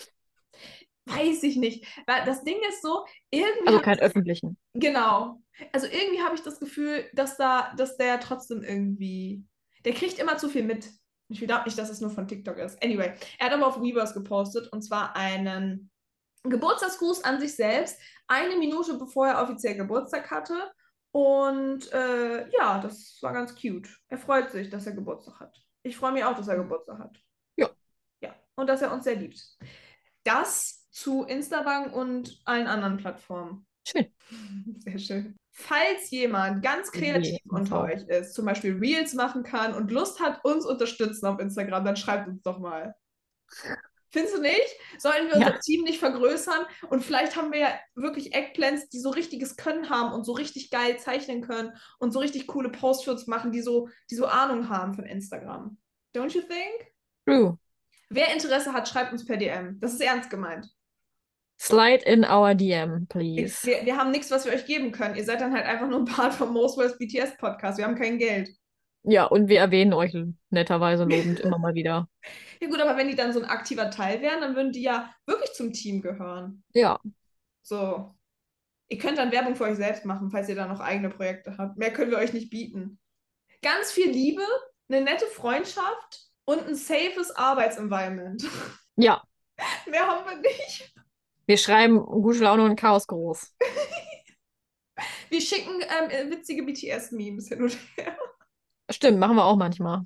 Weiß ich nicht. Das Ding ist so, irgendwie. Also keinen öffentlichen. Genau. Also irgendwie habe ich das Gefühl, dass da, dass der trotzdem irgendwie. Der kriegt immer zu viel mit. Ich glaube nicht, dass es nur von TikTok ist. Anyway, er hat aber auf Weverse gepostet und zwar einen Geburtstagsgruß an sich selbst, eine Minute bevor er offiziell Geburtstag hatte. Und äh, ja, das war ganz cute. Er freut sich, dass er Geburtstag hat. Ich freue mich auch, dass er Geburtstag hat. Ja. Ja. Und dass er uns sehr liebt. Das zu Instagram und allen anderen Plattformen. Schön. Sehr schön. Falls jemand ganz kreativ Nee, unter wow. euch ist, zum Beispiel Reels machen kann und Lust hat, uns unterstützen auf Instagram, dann schreibt uns doch mal. Findest du nicht? Sollten wir unser Ja. Team nicht vergrößern? Und vielleicht haben wir ja wirklich Eggplants, die so richtiges Können haben und so richtig geil zeichnen können und so richtig coole Posts für uns machen, die so, die so Ahnung haben von Instagram. Don't you think? True. Wer Interesse hat, schreibt uns per D M. Das ist ernst gemeint. Slide in our D M, please. Wir, wir haben nichts, was wir euch geben können. Ihr seid dann halt einfach nur ein Part vom Most Worst B T S Podcast. Wir haben kein Geld. Ja, und wir erwähnen euch netterweise lobend immer mal wieder. Ja gut, aber wenn die dann so ein aktiver Teil wären, dann würden die ja wirklich zum Team gehören. Ja. So. Ihr könnt dann Werbung für euch selbst machen, falls ihr da noch eigene Projekte habt. Mehr können wir euch nicht bieten. Ganz viel Liebe, eine nette Freundschaft und ein safes Arbeitsenvironment. Ja. Mehr haben wir nicht. Wir schreiben gute Laune und Chaos groß. Wir schicken ähm, witzige B T S-Memes hin und her. Stimmt, machen wir auch manchmal.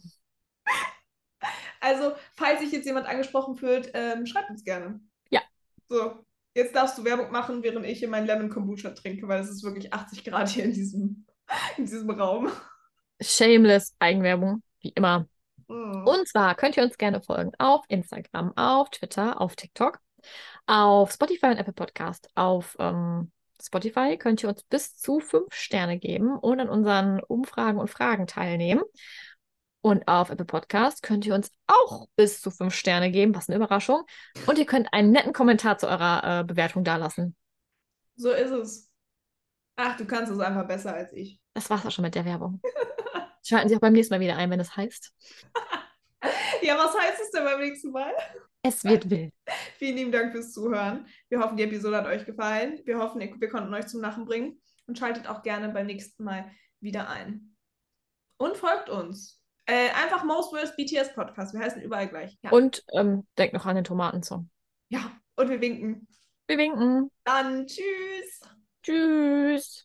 Also, falls sich jetzt jemand angesprochen fühlt, ähm, schreibt uns gerne. Ja. So, jetzt darfst du Werbung machen, während ich hier meinen Lemon Kombucha trinke, weil es ist wirklich achtzig Grad hier in diesem, in diesem Raum. Shameless Eigenwerbung, wie immer. Mhm. Und zwar könnt ihr uns gerne folgen auf Instagram, auf Twitter, auf TikTok, auf Spotify und Apple Podcast. Auf ähm, Spotify könnt ihr uns bis zu fünf Sterne geben und an unseren Umfragen und Fragen teilnehmen. Und auf Apple Podcast könnt ihr uns auch bis zu fünf Sterne geben, was eine Überraschung. Und ihr könnt einen netten Kommentar zu eurer äh, Bewertung dalassen. So ist es. Ach, du kannst es einfach besser als ich. Das war's auch schon mit der Werbung. Schalten Sie auch beim nächsten Mal wieder ein, wenn es heißt, Ja, was heißt es denn beim nächsten Mal? es wird wild. Vielen lieben Dank fürs Zuhören. Wir hoffen, die Episode hat euch gefallen. Wir hoffen, wir konnten euch zum Lachen bringen. Und schaltet auch gerne beim nächsten Mal wieder ein. Und folgt uns. Äh, einfach Most Worst B T S Podcast. Wir heißen überall gleich. Ja. Und ähm, denkt noch an den Tomatensong. Ja, und wir winken. Wir winken. Dann tschüss. Tschüss.